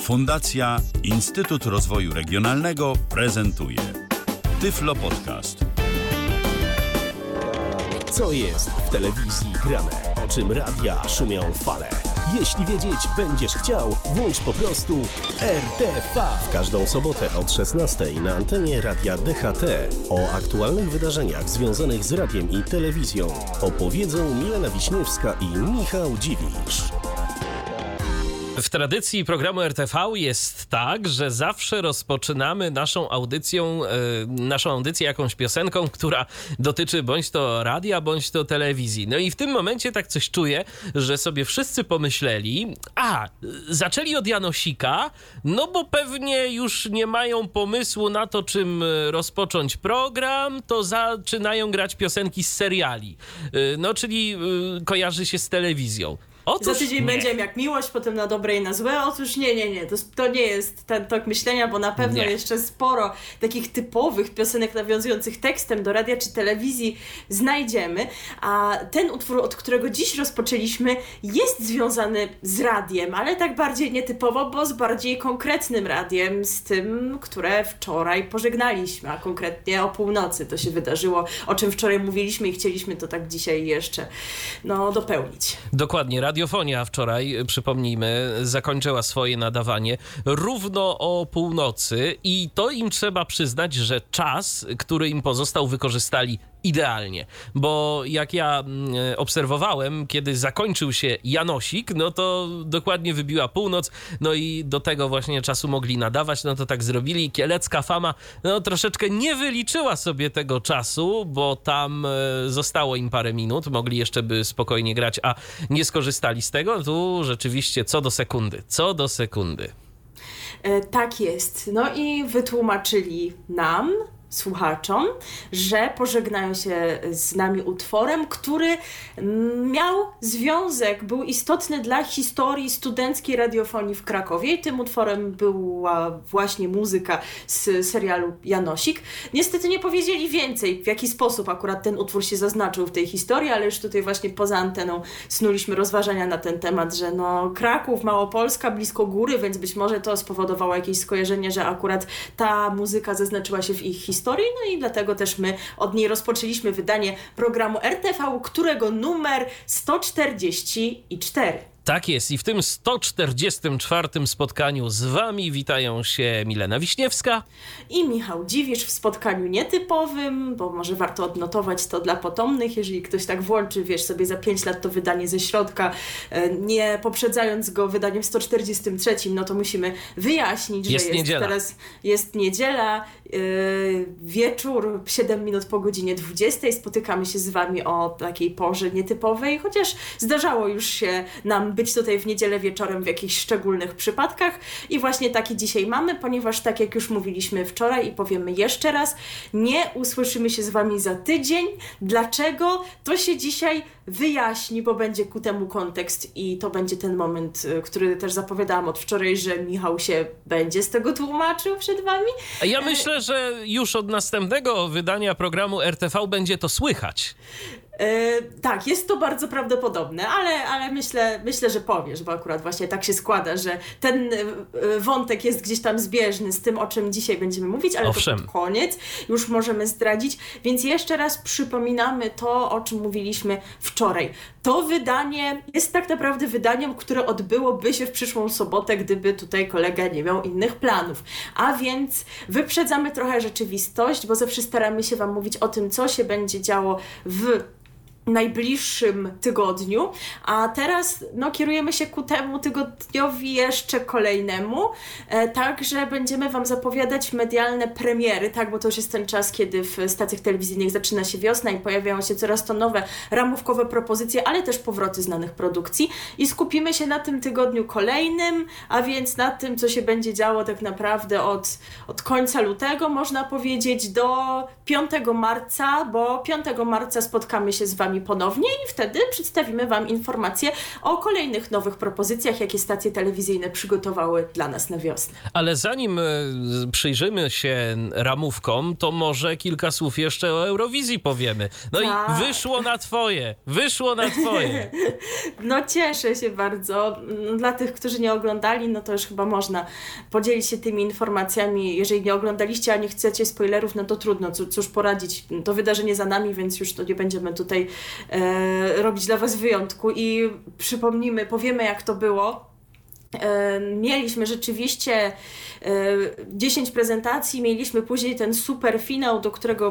Fundacja Instytut Rozwoju Regionalnego prezentuje Tyflo Podcast. Co jest w telewizji grane? O czym radia szumią fale? Jeśli wiedzieć będziesz chciał, włącz po prostu RTV. W każdą sobotę od 16:00 na antenie Radia DHT o aktualnych wydarzeniach związanych z radiem i telewizją opowiedzą Milena Wiśniewska i Michał Dziwisz. W tradycji programu RTV jest tak, że zawsze rozpoczynamy naszą audycję jakąś piosenką, która dotyczy bądź to radia, bądź to telewizji. No i w tym momencie tak coś czuję, że sobie wszyscy pomyśleli, zaczęli od Janosika, no bo pewnie już nie mają pomysłu na to, czym rozpocząć program, to zaczynają grać piosenki z seriali. No czyli kojarzy się z telewizją. Za tydzień będziemy jak miłość, potem na dobre i na złe. Otóż nie. To nie jest ten tok myślenia, bo na pewno jeszcze sporo takich typowych piosenek nawiązujących tekstem do radia czy telewizji znajdziemy. A ten utwór, od którego dziś rozpoczęliśmy, jest związany z radiem, ale tak bardziej nietypowo, bo z bardziej konkretnym radiem, z tym, które wczoraj pożegnaliśmy, a konkretnie o północy to się wydarzyło, o czym wczoraj mówiliśmy i chcieliśmy to tak dzisiaj jeszcze dopełnić. Dokładnie. Radiofonia wczoraj, przypomnijmy, zakończyła swoje nadawanie równo o północy i to im trzeba przyznać, że czas, który im pozostał, wykorzystali idealnie, bo jak ja obserwowałem, kiedy zakończył się Janosik, no to dokładnie wybiła północ, no i do tego właśnie czasu mogli nadawać, no to tak zrobili. Kielecka Fama troszeczkę nie wyliczyła sobie tego czasu, bo tam zostało im parę minut, mogli jeszcze by spokojnie grać, a nie skorzystali z tego. Tu rzeczywiście co do sekundy. Tak jest. No i wytłumaczyli nam, słuchaczom, że pożegnają się z nami utworem, który miał związek, był istotny dla historii studenckiej radiofonii w Krakowie i tym utworem była właśnie muzyka z serialu Janosik. Niestety nie powiedzieli więcej, w jaki sposób akurat ten utwór się zaznaczył w tej historii, ale już tutaj właśnie poza anteną snuliśmy rozważania na ten temat, że Kraków, Małopolska, blisko góry, więc być może to spowodowało jakieś skojarzenie, że akurat ta muzyka zaznaczyła się w ich historii, no i dlatego też my od niej rozpoczęliśmy wydanie programu RTV, którego numer 144. Tak jest i w tym 144. spotkaniu z wami witają się Milena Wiśniewska i Michał Dziwisz w spotkaniu nietypowym, bo może warto odnotować to dla potomnych, jeżeli ktoś tak włączy, sobie za 5 lat to wydanie ze środka, nie poprzedzając go wydaniem 143, no to musimy wyjaśnić, że teraz jest niedziela, wieczór, 7 minut po godzinie 20, spotykamy się z wami o takiej porze nietypowej, chociaż zdarzało już się nam być tutaj w niedzielę wieczorem w jakichś szczególnych przypadkach i właśnie taki dzisiaj mamy, ponieważ tak jak już mówiliśmy wczoraj i powiemy jeszcze raz, nie usłyszymy się z wami za tydzień. Dlaczego? To się dzisiaj wyjaśni, bo będzie ku temu kontekst i to będzie ten moment, który też zapowiadałam od wczoraj, że Michał się będzie z tego tłumaczył przed wami. Ja myślę, że już od następnego wydania programu RTV będzie to słychać. Tak, jest to bardzo prawdopodobne, ale myślę, że powiesz, bo akurat właśnie tak się składa, że ten wątek jest gdzieś tam zbieżny z tym, o czym dzisiaj będziemy mówić, ale Owszem. To pod koniec już możemy zdradzić, więc jeszcze raz przypominamy to, o czym mówiliśmy wczoraj. To wydanie jest tak naprawdę wydaniem, które odbyłoby się w przyszłą sobotę, gdyby tutaj kolega nie miał innych planów. A więc wyprzedzamy trochę rzeczywistość, bo zawsze staramy się wam mówić o tym, co się będzie działo w najbliższym tygodniu, a teraz kierujemy się ku temu tygodniowi jeszcze kolejnemu, także będziemy wam zapowiadać medialne premiery, tak, bo to już jest ten czas, kiedy w stacjach telewizyjnych zaczyna się wiosna i pojawiają się coraz to nowe ramówkowe propozycje, ale też powroty znanych produkcji i skupimy się na tym tygodniu kolejnym, a więc na tym, co się będzie działo tak naprawdę od końca lutego, można powiedzieć, do 5 marca, bo 5 marca spotkamy się z wami Wami ponownie i wtedy przedstawimy Wam informacje o kolejnych nowych propozycjach, jakie stacje telewizyjne przygotowały dla nas na wiosnę. Ale zanim przyjrzymy się ramówkom, to może kilka słów jeszcze o Eurowizji powiemy. No tak. I wyszło na twoje. No cieszę się bardzo. Dla tych, którzy nie oglądali, no to już chyba można podzielić się tymi informacjami. Jeżeli nie oglądaliście, a nie chcecie spoilerów, no to trudno, cóż poradzić. To wydarzenie za nami, więc już to nie będziemy tutaj robić dla Was wyjątku i powiemy jak to było. Mieliśmy rzeczywiście 10 prezentacji, mieliśmy później ten super finał, do którego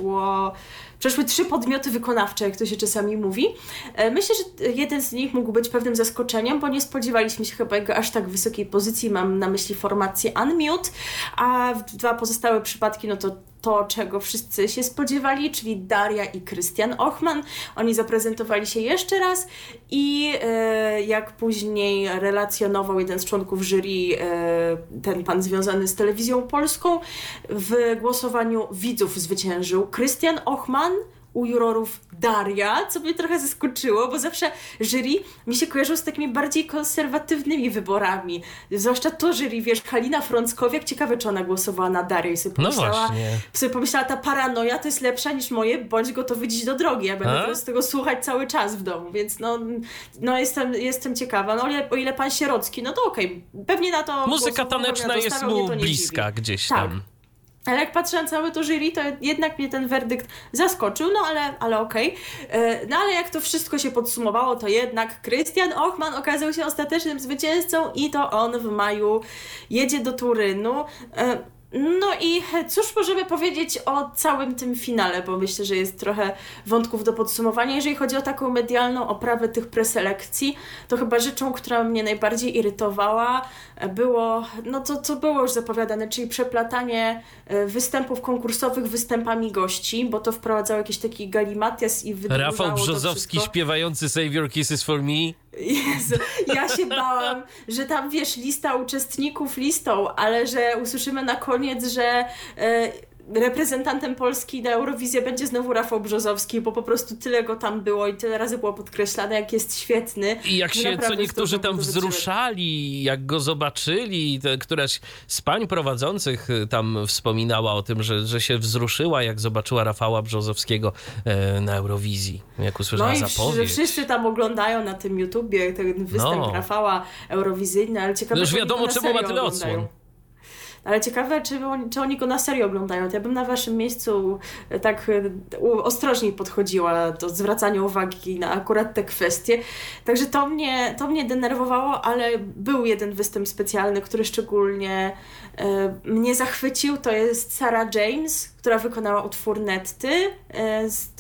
przeszły 3 podmioty wykonawcze, jak to się czasami mówi. Myślę, że jeden z nich mógł być pewnym zaskoczeniem, bo nie spodziewaliśmy się chyba jego aż tak wysokiej pozycji. Mam na myśli formację Unmute, a 2 pozostałe przypadki, no to, czego wszyscy się spodziewali, czyli Daria i Krystian Ochman. Oni zaprezentowali się jeszcze raz i jak później relacjonował jeden z członków jury, ten pan związany z telewizją polską, w głosowaniu widzów zwyciężył Krystian Ochman, u jurorów Daria, co mnie trochę zaskoczyło, bo zawsze jury mi się kojarzyło z takimi bardziej konserwatywnymi wyborami. Zwłaszcza to jury, wiesz, Halina Frąckowiak, ciekawe, czy ona głosowała na Darię i sobie pomyślała, ta paranoja to jest lepsza niż moje, bądź gotowy dziś do drogi. Ja będę teraz tego słuchać cały czas w domu, więc jestem ciekawa. No o ile pan Sierocki, no to okej. Pewnie na to muzyka taneczna jest mu bliska gdzieś tam. Tak. Ale jak patrzę na całe to jury, to jednak mnie ten werdykt zaskoczył, no ale okej. No ale jak to wszystko się podsumowało, to jednak Krystian Ochman okazał się ostatecznym zwycięzcą i to on w maju jedzie do Turynu. No i cóż możemy powiedzieć o całym tym finale, bo myślę, że jest trochę wątków do podsumowania. Jeżeli chodzi o taką medialną oprawę tych preselekcji, to chyba rzeczą, która mnie najbardziej irytowała, było, no to co było już zapowiadane, czyli przeplatanie występów konkursowych występami gości, bo to wprowadzało jakiś taki galimatias i wydłużało Rafał Brzozowski śpiewający Save Your Kisses for Me. Jezu, ja się bałam, że tam, wiesz, lista uczestników listą, ale że usłyszymy na koniec, że reprezentantem Polski na Eurowizję będzie znowu Rafał Brzozowski, bo po prostu tyle go tam było i tyle razy było podkreślane, jak jest świetny. I jak się co niektórzy tam wzruszali, jak go zobaczyli, któraś z pań prowadzących tam wspominała o tym, że się wzruszyła, jak zobaczyła Rafała Brzozowskiego na Eurowizji, jak usłyszała zapowiedź. Że wszyscy tam oglądają na tym YouTubie ten występ Rafała eurowizyjny, ale ciekawe, już wiadomo, czemu ma tyle odsłon. Ale ciekawe, czy oni go na serio oglądają. To ja bym na waszym miejscu tak ostrożniej podchodziła do zwracania uwagi na akurat te kwestie. Także to mnie denerwowało, ale był jeden występ specjalny, który szczególnie mnie zachwycił. To jest Sarah James, która wykonała utwór Netty z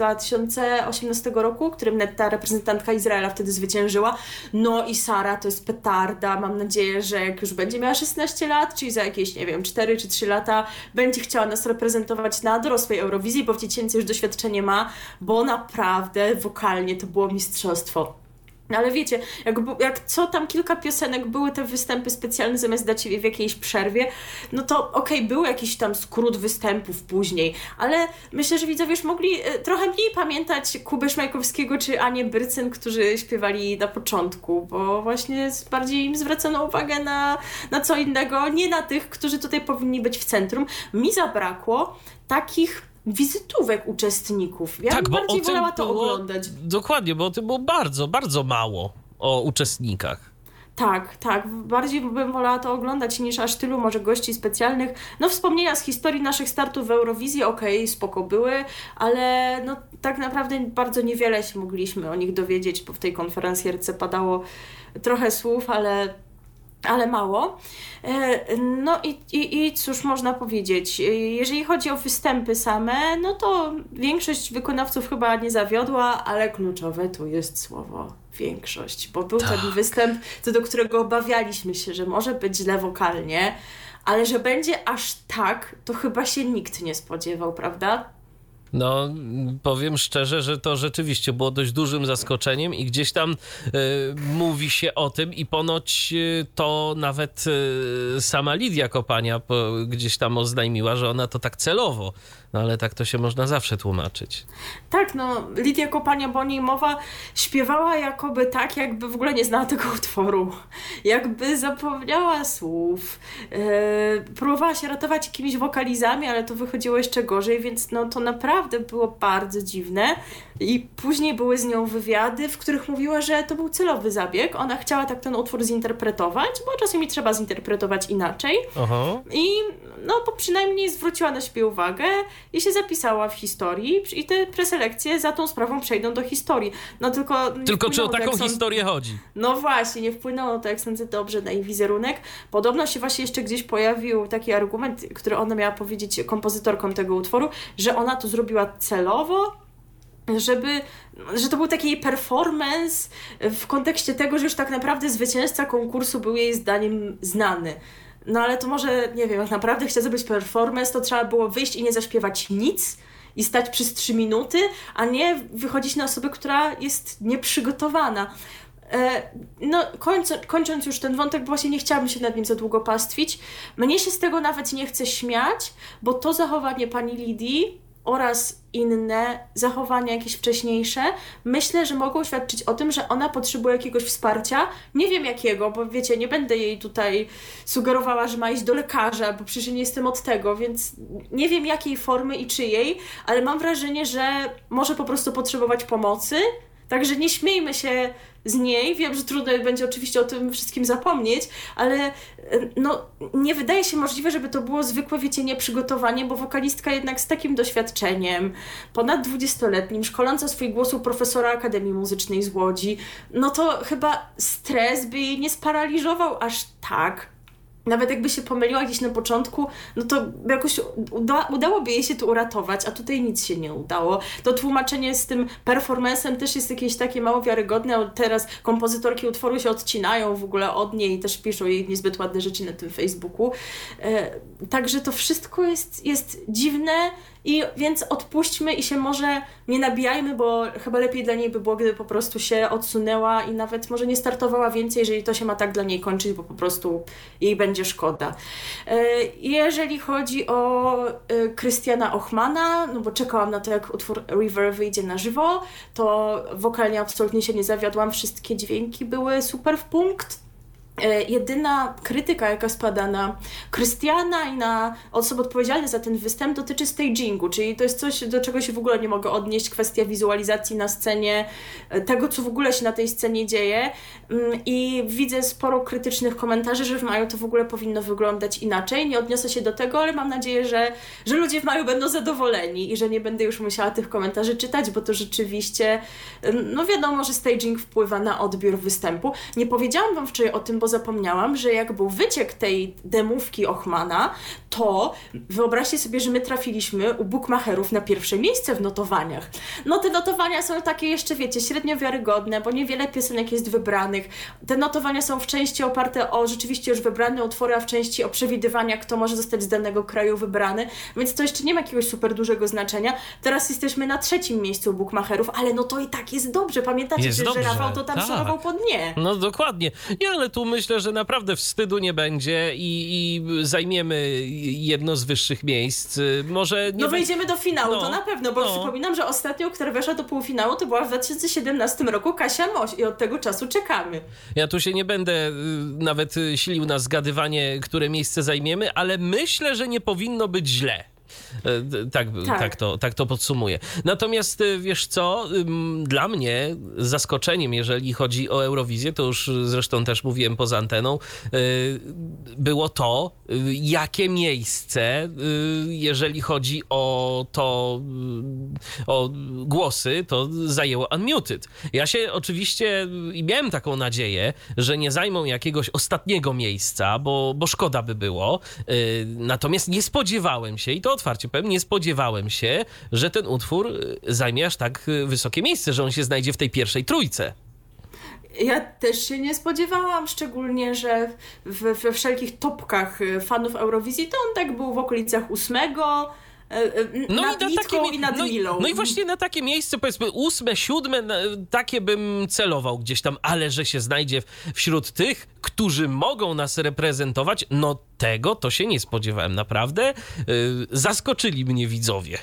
2018 roku, którym Netta, reprezentantka Izraela, wtedy zwyciężyła. No i Sara to jest petarda. Mam nadzieję, że jak już będzie miała 16 lat, czyli za jakieś, nie wiem, 4 czy 3 lata, będzie chciała nas reprezentować na dorosłej Eurowizji, bo w dziecięcej już doświadczenie ma, bo naprawdę wokalnie to było mistrzostwo. Ale wiecie, jak co tam kilka piosenek były te występy specjalne zamiast dać je w jakiejś przerwie, no to okej, był jakiś tam skrót występów później, ale myślę, że widzowie już mogli trochę mniej pamiętać Kubę Szmajkowskiego czy Anię Brycyn, którzy śpiewali na początku, bo właśnie bardziej im zwracono uwagę na co innego, nie na tych, którzy tutaj powinni być w centrum. Mi zabrakło takich wizytówek uczestników. Ja bym bardziej wolała to oglądać. Dokładnie, bo o tym było bardzo, bardzo mało o uczestnikach. Tak. Bardziej bym wolała to oglądać niż aż tylu może gości specjalnych. No wspomnienia z historii naszych startów w Eurowizji, spoko były, ale no tak naprawdę bardzo niewiele się mogliśmy o nich dowiedzieć, bo w tej konferencjerce padało trochę słów, ale mało. No i cóż można powiedzieć, jeżeli chodzi o występy same, no to większość wykonawców chyba nie zawiodła, ale kluczowe tu jest słowo większość, bo był ten występ, co do którego obawialiśmy się, że może być źle wokalnie, ale że będzie aż tak, to chyba się nikt nie spodziewał, prawda? No, powiem szczerze, że to rzeczywiście było dość dużym zaskoczeniem i gdzieś tam mówi się o tym i ponoć to nawet sama Lidia Kopania gdzieś tam oznajmiła, że ona to tak celowo No ale tak to się można zawsze tłumaczyć. Tak, no Lidia Kopania, bo o niej mowa, śpiewała jakoby tak, jakby w ogóle nie znała tego utworu. Jakby zapomniała słów. Próbowała się ratować jakimiś wokalizami, ale to wychodziło jeszcze gorzej, więc no to naprawdę było bardzo dziwne. I później były z nią wywiady, w których mówiła, że to był celowy zabieg. Ona chciała tak ten utwór zinterpretować, bo czasami trzeba zinterpretować inaczej. Aha. I no, bo przynajmniej zwróciła na siebie uwagę i się zapisała w historii i te preselekcje za tą sprawą przejdą do historii. No Tylko czy o taką historię chodzi? No właśnie, nie wpłynęło to, jak sądzę, dobrze na jej wizerunek. Podobno się właśnie jeszcze gdzieś pojawił taki argument, który ona miała powiedzieć kompozytorkom tego utworu, że ona to zrobiła celowo, że to był taki jej performance w kontekście tego, że już tak naprawdę zwycięzca konkursu był jej zdaniem znany. No ale to może, nie wiem, jak naprawdę chciała zrobić performance, to trzeba było wyjść i nie zaśpiewać nic i stać przez 3 minuty, a nie wychodzić na osobę, która jest nieprzygotowana. No, kończąc już ten wątek, bo właśnie nie chciałabym się nad nim za długo pastwić. Mnie się z tego nawet nie chce śmiać, bo to zachowanie pani Lidii oraz inne zachowania jakieś wcześniejsze, myślę, że mogą świadczyć o tym, że ona potrzebuje jakiegoś wsparcia. Nie wiem jakiego, bo wiecie, nie będę jej tutaj sugerowała, że ma iść do lekarza, bo przecież nie jestem od tego, więc nie wiem jakiej formy i czyjej, ale mam wrażenie, że może po prostu potrzebować pomocy. Także nie śmiejmy się z niej. Wiem, że trudno będzie oczywiście o tym wszystkim zapomnieć, ale no, nie wydaje się możliwe, żeby to było zwykłe, wiecie, nieprzygotowanie, bo wokalistka jednak z takim doświadczeniem, ponad 20-letnim, szkoląca swój głos u profesora Akademii Muzycznej z Łodzi, no to chyba stres by jej nie sparaliżował aż tak. Nawet jakby się pomyliła gdzieś na początku, no to jakoś udałoby jej się to uratować, a tutaj nic się nie udało. To tłumaczenie z tym performancem też jest jakieś takie mało wiarygodne. Teraz kompozytorki utworu się odcinają w ogóle od niej i też piszą jej niezbyt ładne rzeczy na tym Facebooku. Także to wszystko jest dziwne i więc odpuśćmy i się może nie nabijajmy, bo chyba lepiej dla niej by było, gdyby po prostu się odsunęła i nawet może nie startowała więcej, jeżeli to się ma tak dla niej kończyć, bo po prostu jej będzie szkoda. Jeżeli chodzi o Krystiana Ochmana, no bo czekałam na to, jak utwór River wyjdzie na żywo, to wokalnie absolutnie się nie zawiodłam, wszystkie dźwięki były super w punkt. Jedyna krytyka, jaka spada na Krystiana i na osoby odpowiedzialne za ten występ, dotyczy stagingu, czyli to jest coś, do czego się w ogóle nie mogę odnieść, kwestia wizualizacji na scenie, tego, co w ogóle się na tej scenie dzieje i widzę sporo krytycznych komentarzy, że w maju to w ogóle powinno wyglądać inaczej. Nie odniosę się do tego, ale mam nadzieję, że ludzie w maju będą zadowoleni i że nie będę już musiała tych komentarzy czytać, bo to rzeczywiście, no wiadomo, że staging wpływa na odbiór występu. Nie powiedziałam wam wczoraj o tym, bo zapomniałam, że jak był wyciek tej demówki Ochmana, to wyobraźcie sobie, że my trafiliśmy u bookmacherów na pierwsze miejsce w notowaniach. No te notowania są takie jeszcze, wiecie, średnio wiarygodne, bo niewiele piosenek jest wybranych. Te notowania są w części oparte o rzeczywiście już wybrane utwory, a w części o przewidywania, kto może zostać z danego kraju wybrany, więc to jeszcze nie ma jakiegoś super dużego znaczenia. Teraz jesteśmy na 3. miejscu u bookmacherów, ale no to i tak jest dobrze. Pamiętacie, że Rafał to tam szanował po dnie. No dokładnie. Ja, ale tu myślę, że naprawdę wstydu nie będzie i zajmiemy jedno z wyższych miejsc. Może nie wejdziemy do finału, to na pewno, bo przypominam, że ostatnią, która weszła do półfinału, to była w 2017 roku Kasia Moś i od tego czasu czekamy. Ja tu się nie będę nawet silił na zgadywanie, które miejsce zajmiemy, ale myślę, że nie powinno być źle. Tak to podsumuję. Natomiast wiesz co, dla mnie zaskoczeniem, jeżeli chodzi o Eurowizję, to już zresztą też mówiłem poza anteną, było to, jakie miejsce, jeżeli chodzi o głosy, to zajęło Unmuted. Ja się oczywiście miałem taką nadzieję, że nie zajmą jakiegoś ostatniego miejsca, bo szkoda by było. Natomiast nie spodziewałem się, i to otwarcie powiem, nie spodziewałem się, że ten utwór zajmie aż tak wysokie miejsce, że on się znajdzie w tej pierwszej trójce. Ja też się nie spodziewałam, szczególnie, że we wszelkich topkach fanów Eurowizji to on tak był w okolicach 8, nad Litwą i nad Milą. No i właśnie na takie miejsce, powiedzmy 8., 7., takie bym celował gdzieś tam, ale że się znajdzie wśród tych, którzy mogą nas reprezentować, no tego to się nie spodziewałem, naprawdę. Zaskoczyli mnie widzowie.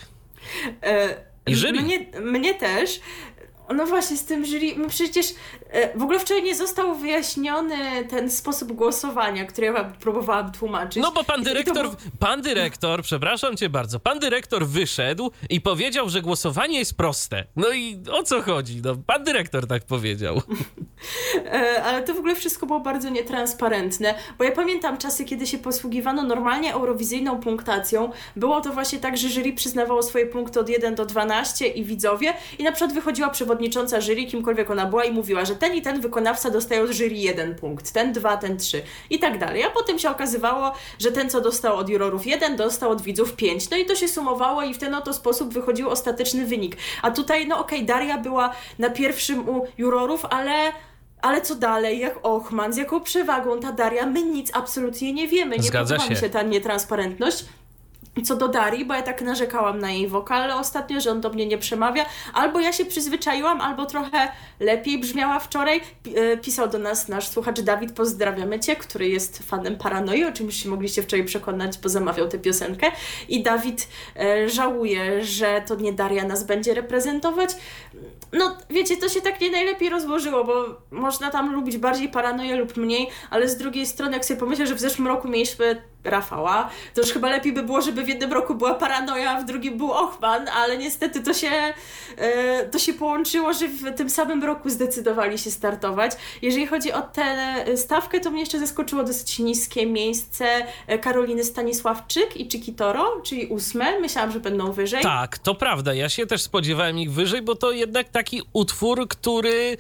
Mnie też. No właśnie, z tym jury, no przecież w ogóle wczoraj nie został wyjaśniony ten sposób głosowania, który ja wam próbowałam tłumaczyć. No bo pan dyrektor, przepraszam cię bardzo, pan dyrektor wyszedł i powiedział, że głosowanie jest proste. No i o co chodzi? No pan dyrektor tak powiedział. Ale to w ogóle wszystko było bardzo nietransparentne, bo ja pamiętam czasy, kiedy się posługiwano normalnie eurowizyjną punktacją. Było to właśnie tak, że jury przyznawało swoje punkty od 1 do 12 i widzowie i na przykład wychodziła przewodnicząca jury, kimkolwiek ona była i mówiła, że ten i ten wykonawca dostaje od jury 1 punkt, ten 2, ten 3 i tak dalej. A potem się okazywało, że ten, co dostał od jurorów 1, dostał od widzów 5. No i to się sumowało i w ten oto sposób wychodził ostateczny wynik. A tutaj, no okej, Daria była na pierwszym u jurorów, ale co dalej? Jak Ochman? Z jaką przewagą ta Daria? My nic absolutnie nie wiemy. Nie podoba mi się ta nietransparentność. Co do Darii, bo ja tak narzekałam na jej wokal ostatnio, że on do mnie nie przemawia. Albo ja się przyzwyczaiłam, albo trochę lepiej brzmiała wczoraj. Pisał do nas nasz słuchacz Dawid, pozdrawiamy cię, który jest fanem Paranoi, o czym już się mogliście wczoraj przekonać, bo zamawiał tę piosenkę. I Dawid żałuje, że to nie Daria nas będzie reprezentować. No wiecie, to się tak nie najlepiej rozłożyło, bo można tam lubić bardziej Paranoję lub mniej, ale z drugiej strony, jak sobie pomyślę, że w zeszłym roku mieliśmy Rafała, to już chyba lepiej by było, żeby w jednym roku była Paranoja, a w drugim był Ochman, ale niestety to się połączyło, że w tym samym roku zdecydowali się startować. Jeżeli chodzi o tę stawkę, to mnie jeszcze zaskoczyło dosyć niskie miejsce Karoliny Stanisławczyk i Chiquitoro, czyli 8. Myślałam, że będą wyżej. Tak, to prawda. Ja się też spodziewałem ich wyżej, bo to jednak taki utwór, który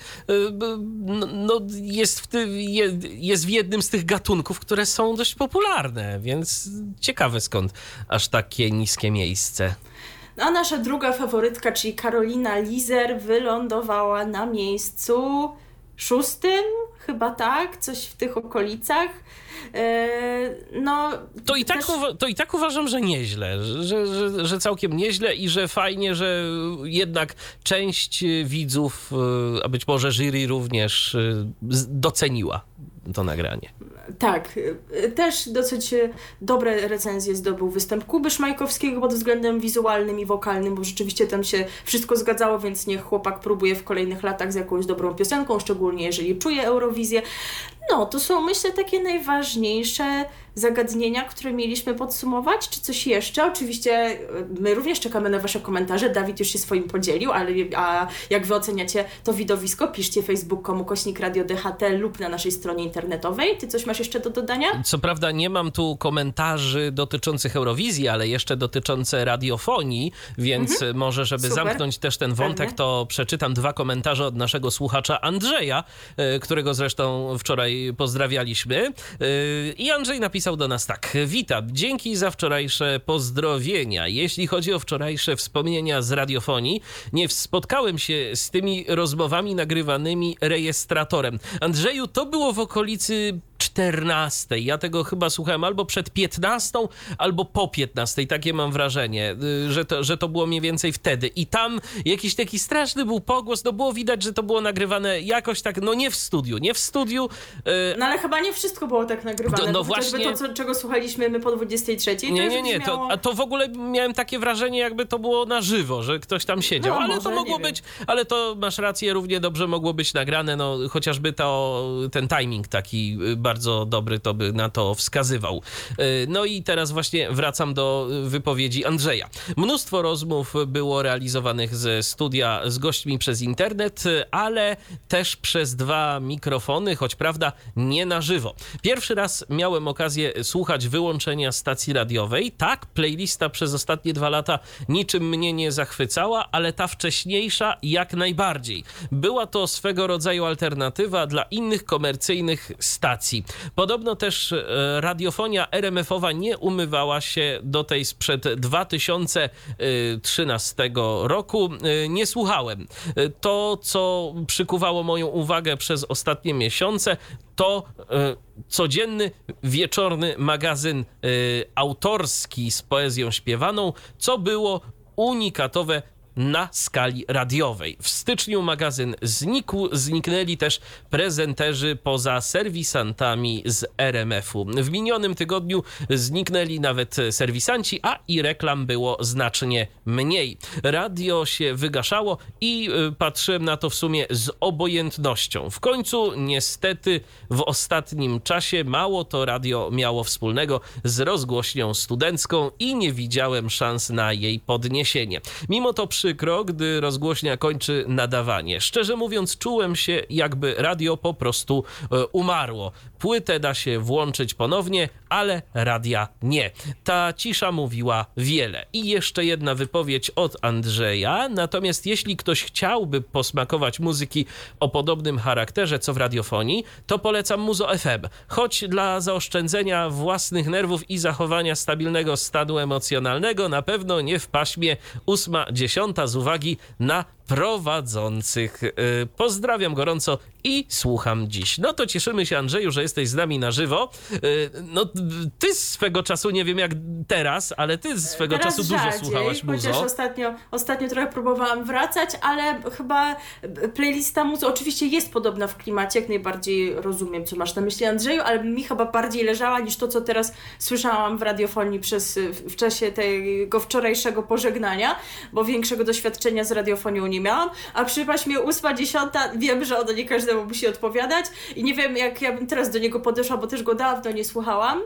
jest w jednym z tych gatunków, które są dość popularne, więc ciekawe skąd aż takie niskie miejsce. A nasza druga faworytka, czyli Karolina Lizer, wylądowała na miejscu 6, chyba tak, coś w tych okolicach. No, to i tak uważam, że nieźle, że całkiem nieźle i że fajnie, że jednak część widzów, a być może jury również doceniła to nagranie. Tak, też dosyć dobre recenzje zdobył występ Kuby Szmajkowskiego pod względem wizualnym i wokalnym, bo rzeczywiście tam się wszystko zgadzało, więc niech chłopak próbuje w kolejnych latach z jakąś dobrą piosenką, szczególnie jeżeli czuje Eurowizję. No, to są, myślę, takie najważniejsze zagadnienia, które mieliśmy podsumować, czy coś jeszcze? Oczywiście my również czekamy na wasze komentarze. Dawid już się swoim podzielił, a jak wy oceniacie to widowisko, piszcie facebook.com/Radio DHT lub na naszej stronie internetowej. Ty coś masz jeszcze do dodania? Co prawda nie mam tu komentarzy dotyczących Eurowizji, ale jeszcze dotyczące radiofonii, więc może, żeby zamknąć też ten wątek, to przeczytam 2 komentarze od naszego słuchacza Andrzeja, którego zresztą wczoraj pozdrawialiśmy. I Andrzej napisał do nas tak. Witam, dzięki za wczorajsze pozdrowienia. Jeśli chodzi o wczorajsze wspomnienia z radiofonii, nie spotkałem się z tymi rozmowami nagrywanymi rejestratorem. Andrzeju, to było w okolicy 14. Ja tego chyba słuchałem albo przed 15, albo po 15. Takie mam wrażenie, że to było mniej więcej wtedy. I tam jakiś taki straszny był pogłos, no było widać, że to było nagrywane jakoś tak, no nie w studiu. No ale chyba nie wszystko było tak nagrywane. No właśnie. To, czego słuchaliśmy my po 23. Nie. To w ogóle miałem takie wrażenie, jakby to było na żywo, że ktoś tam siedział. No, ale to mogło być, ale to masz rację, równie dobrze mogło być nagrane, no chociażby ten timing taki bardzo dobry to by na to wskazywał. No i teraz właśnie wracam do wypowiedzi Andrzeja. Mnóstwo rozmów było realizowanych ze studia z gośćmi przez internet, ale też przez 2 mikrofony, choć prawda nie na żywo. Pierwszy raz miałem okazję słuchać wyłączenia stacji radiowej. Tak, playlista przez ostatnie 2 lata niczym mnie nie zachwycała, ale ta wcześniejsza jak najbardziej. Była to swego rodzaju alternatywa dla innych komercyjnych stacji. stacji. Podobno też radiofonia RMF-owa nie umywała się do tej sprzed 2013 roku. Nie słuchałem. To, co przykuwało moją uwagę przez ostatnie miesiące, to codzienny, wieczorny magazyn autorski z poezją śpiewaną, co było unikatowe na skali radiowej. W styczniu magazyn znikł, zniknęli też prezenterzy poza serwisantami z RMF-u. W minionym tygodniu zniknęli nawet serwisanci, a i reklam było znacznie mniej. Radio się wygaszało i patrzyłem na to w sumie z obojętnością. W końcu niestety w ostatnim czasie mało to radio miało wspólnego z rozgłośnią studencką i nie widziałem szans na jej podniesienie. Mimo to przykro, gdy rozgłośnia kończy nadawanie. Szczerze mówiąc, czułem się, jakby radio po prostu umarło. Płytę da się włączyć ponownie, ale radia nie. Ta cisza mówiła wiele. I jeszcze jedna wypowiedź od Andrzeja. Natomiast jeśli ktoś chciałby posmakować muzyki o podobnym charakterze co w radiofonii, to polecam Muzo FM. Choć dla zaoszczędzenia własnych nerwów i zachowania stabilnego stanu emocjonalnego na pewno nie w paśmie 8-10 z uwagi na prowadzących. Pozdrawiam gorąco i słucham dziś. No to cieszymy się, Andrzeju, że jesteś z nami na żywo. No ty swego czasu, nie wiem jak teraz, ale ty swego teraz czasu dużo rzadziej, słuchałaś muzo. Chociaż ostatnio trochę próbowałam wracać, ale chyba playlista muzo oczywiście jest podobna w klimacie, jak najbardziej rozumiem, co masz na myśli, Andrzeju, ale mi chyba bardziej leżała niż to, co teraz słyszałam w radiofonii w czasie tego wczorajszego pożegnania, bo większego doświadczenia z radiofonią nie miałam, a przypaść mnie 8-10, wiem, że ono nie każdemu musi odpowiadać i nie wiem, jak ja bym teraz do niego podeszła, bo też go dawno nie słuchałam,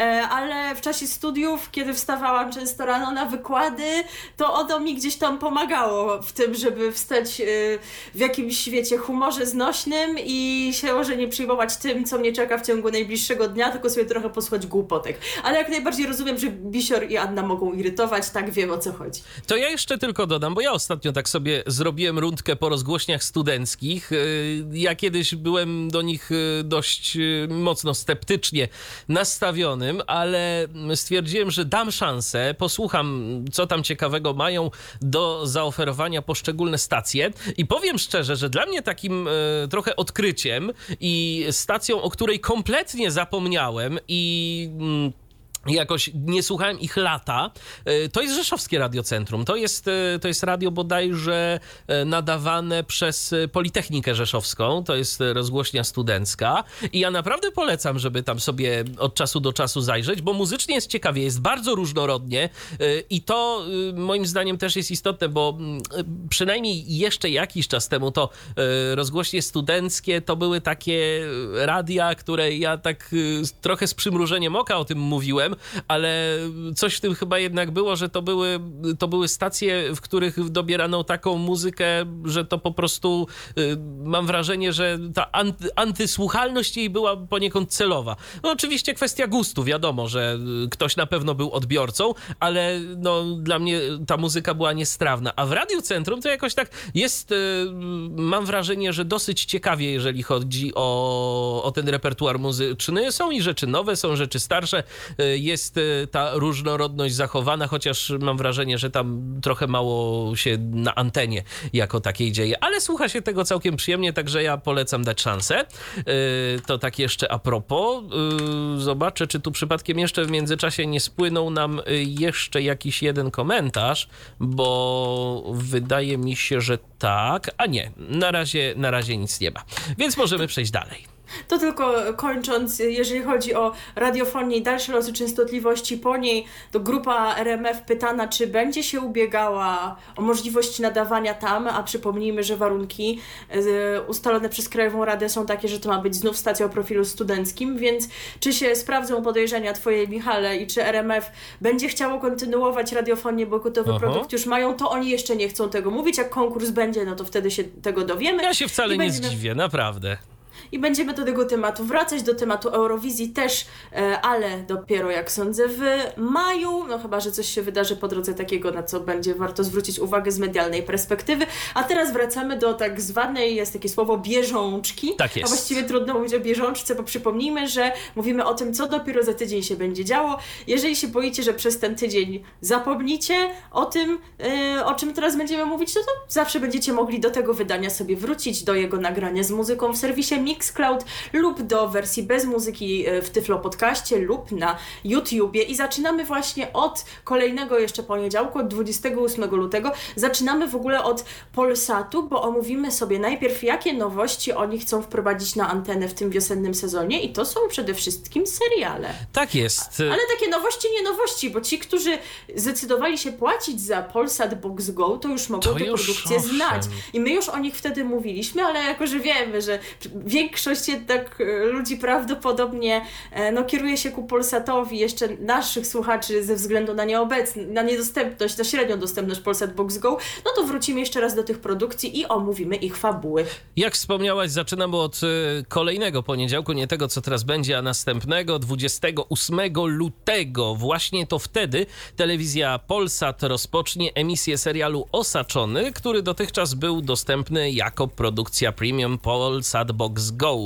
ale w czasie studiów, kiedy wstawałam często rano na wykłady, to ono mi gdzieś tam pomagało w tym, żeby wstać w jakimś, wiecie, humorze znośnym i się może nie przejmować tym, co mnie czeka w ciągu najbliższego dnia, tylko sobie trochę posłuchać głupotek. Ale jak najbardziej rozumiem, że Bisior i Anna mogą irytować, tak wiem, o co chodzi. To ja jeszcze tylko dodam, bo ja ostatnio tak sobie zrobiłem rundkę po rozgłośniach studenckich. Ja kiedyś byłem do nich dość mocno sceptycznie nastawionym, ale stwierdziłem, że dam szansę, posłucham, co tam ciekawego mają do zaoferowania poszczególne stacje i powiem szczerze, że dla mnie takim trochę odkryciem i stacją, o której kompletnie zapomniałem i jakoś nie słuchałem ich lata, to jest Rzeszowskie Radiocentrum. To jest radio bodajże nadawane przez Politechnikę Rzeszowską, to jest rozgłośnia studencka i ja naprawdę polecam, żeby tam sobie od czasu do czasu zajrzeć, bo muzycznie jest ciekawie, jest bardzo różnorodnie i to moim zdaniem też jest istotne, bo przynajmniej jeszcze jakiś czas temu to rozgłośnie studenckie to były takie radia, które ja tak trochę z przymrużeniem oka o tym mówiłem, ale coś w tym chyba jednak było, że to były stacje, w których dobierano taką muzykę, że to po prostu mam wrażenie, że ta antysłuchalność jej była poniekąd celowa. No oczywiście kwestia gustu, wiadomo, że ktoś na pewno był odbiorcą, ale no, dla mnie ta muzyka była niestrawna. A w Radiocentrum to jakoś tak jest, mam wrażenie, że dosyć ciekawie, jeżeli chodzi o ten repertuar muzyczny. Są i rzeczy nowe, są rzeczy starsze, jest ta różnorodność zachowana, chociaż mam wrażenie, że tam trochę mało się na antenie jako takiej dzieje, ale słucha się tego całkiem przyjemnie, także ja polecam dać szansę. To tak jeszcze a propos, zobaczę, czy tu przypadkiem jeszcze w międzyczasie nie spłynął nam jeszcze jakiś jeden komentarz, bo wydaje mi się, że tak, a nie, na razie nic nie ma, więc możemy przejść dalej. To tylko kończąc, jeżeli chodzi o radiofonię i dalsze losy częstotliwości po niej, to grupa RMF pytana, czy będzie się ubiegała o możliwość nadawania tam, a przypomnijmy, że warunki ustalone przez Krajową Radę są takie, że to ma być znów stacja o profilu studenckim, więc czy się sprawdzą podejrzenia twoje, Michale, i czy RMF będzie chciało kontynuować radiofonię, bo gotowy produkt już mają, to oni jeszcze nie chcą tego mówić. Jak konkurs będzie, no to wtedy się tego dowiemy. Ja się wcale nie zdziwię, naprawdę. i będziemy do tego tematu wracać, do tematu Eurowizji też, ale dopiero jak sądzę w maju, no chyba, że coś się wydarzy po drodze takiego, na co będzie warto zwrócić uwagę z medialnej perspektywy. A teraz wracamy do tak zwanej, jest takie słowo, bieżączki. Tak jest. A właściwie trudno mówić o bieżączce, bo przypomnijmy, że mówimy o tym, co dopiero za tydzień się będzie działo. Jeżeli się boicie, że przez ten tydzień zapomnicie o tym, o czym teraz będziemy mówić, no to zawsze będziecie mogli do tego wydania sobie wrócić, do jego nagrania z muzyką w serwisie Mixcloud lub do wersji bez muzyki w Tyflo Podcaście lub na YouTubie. I zaczynamy właśnie od kolejnego jeszcze poniedziałku, od 28 lutego. Zaczynamy w ogóle od Polsatu, bo omówimy sobie najpierw, jakie nowości oni chcą wprowadzić na antenę w tym wiosennym sezonie i to są przede wszystkim seriale. Tak jest. Ale takie nowości, nie nowości, bo ci, którzy zdecydowali się płacić za Polsat Box Go, to już mogą te produkcje znać. I my już o nich wtedy mówiliśmy, ale jako, że wiemy, że większość jednak ludzi prawdopodobnie kieruje się ku Polsatowi, jeszcze naszych słuchaczy ze względu na niedostępność, na średnią dostępność Polsat Box Go, no to wrócimy jeszcze raz do tych produkcji i omówimy ich fabuły. Jak wspomniałaś, zaczynamy od kolejnego poniedziałku, nie tego, co teraz będzie, a następnego, 28 lutego. Właśnie to wtedy telewizja Polsat rozpocznie emisję serialu Osaczony, który dotychczas był dostępny jako produkcja premium Polsat Box Go.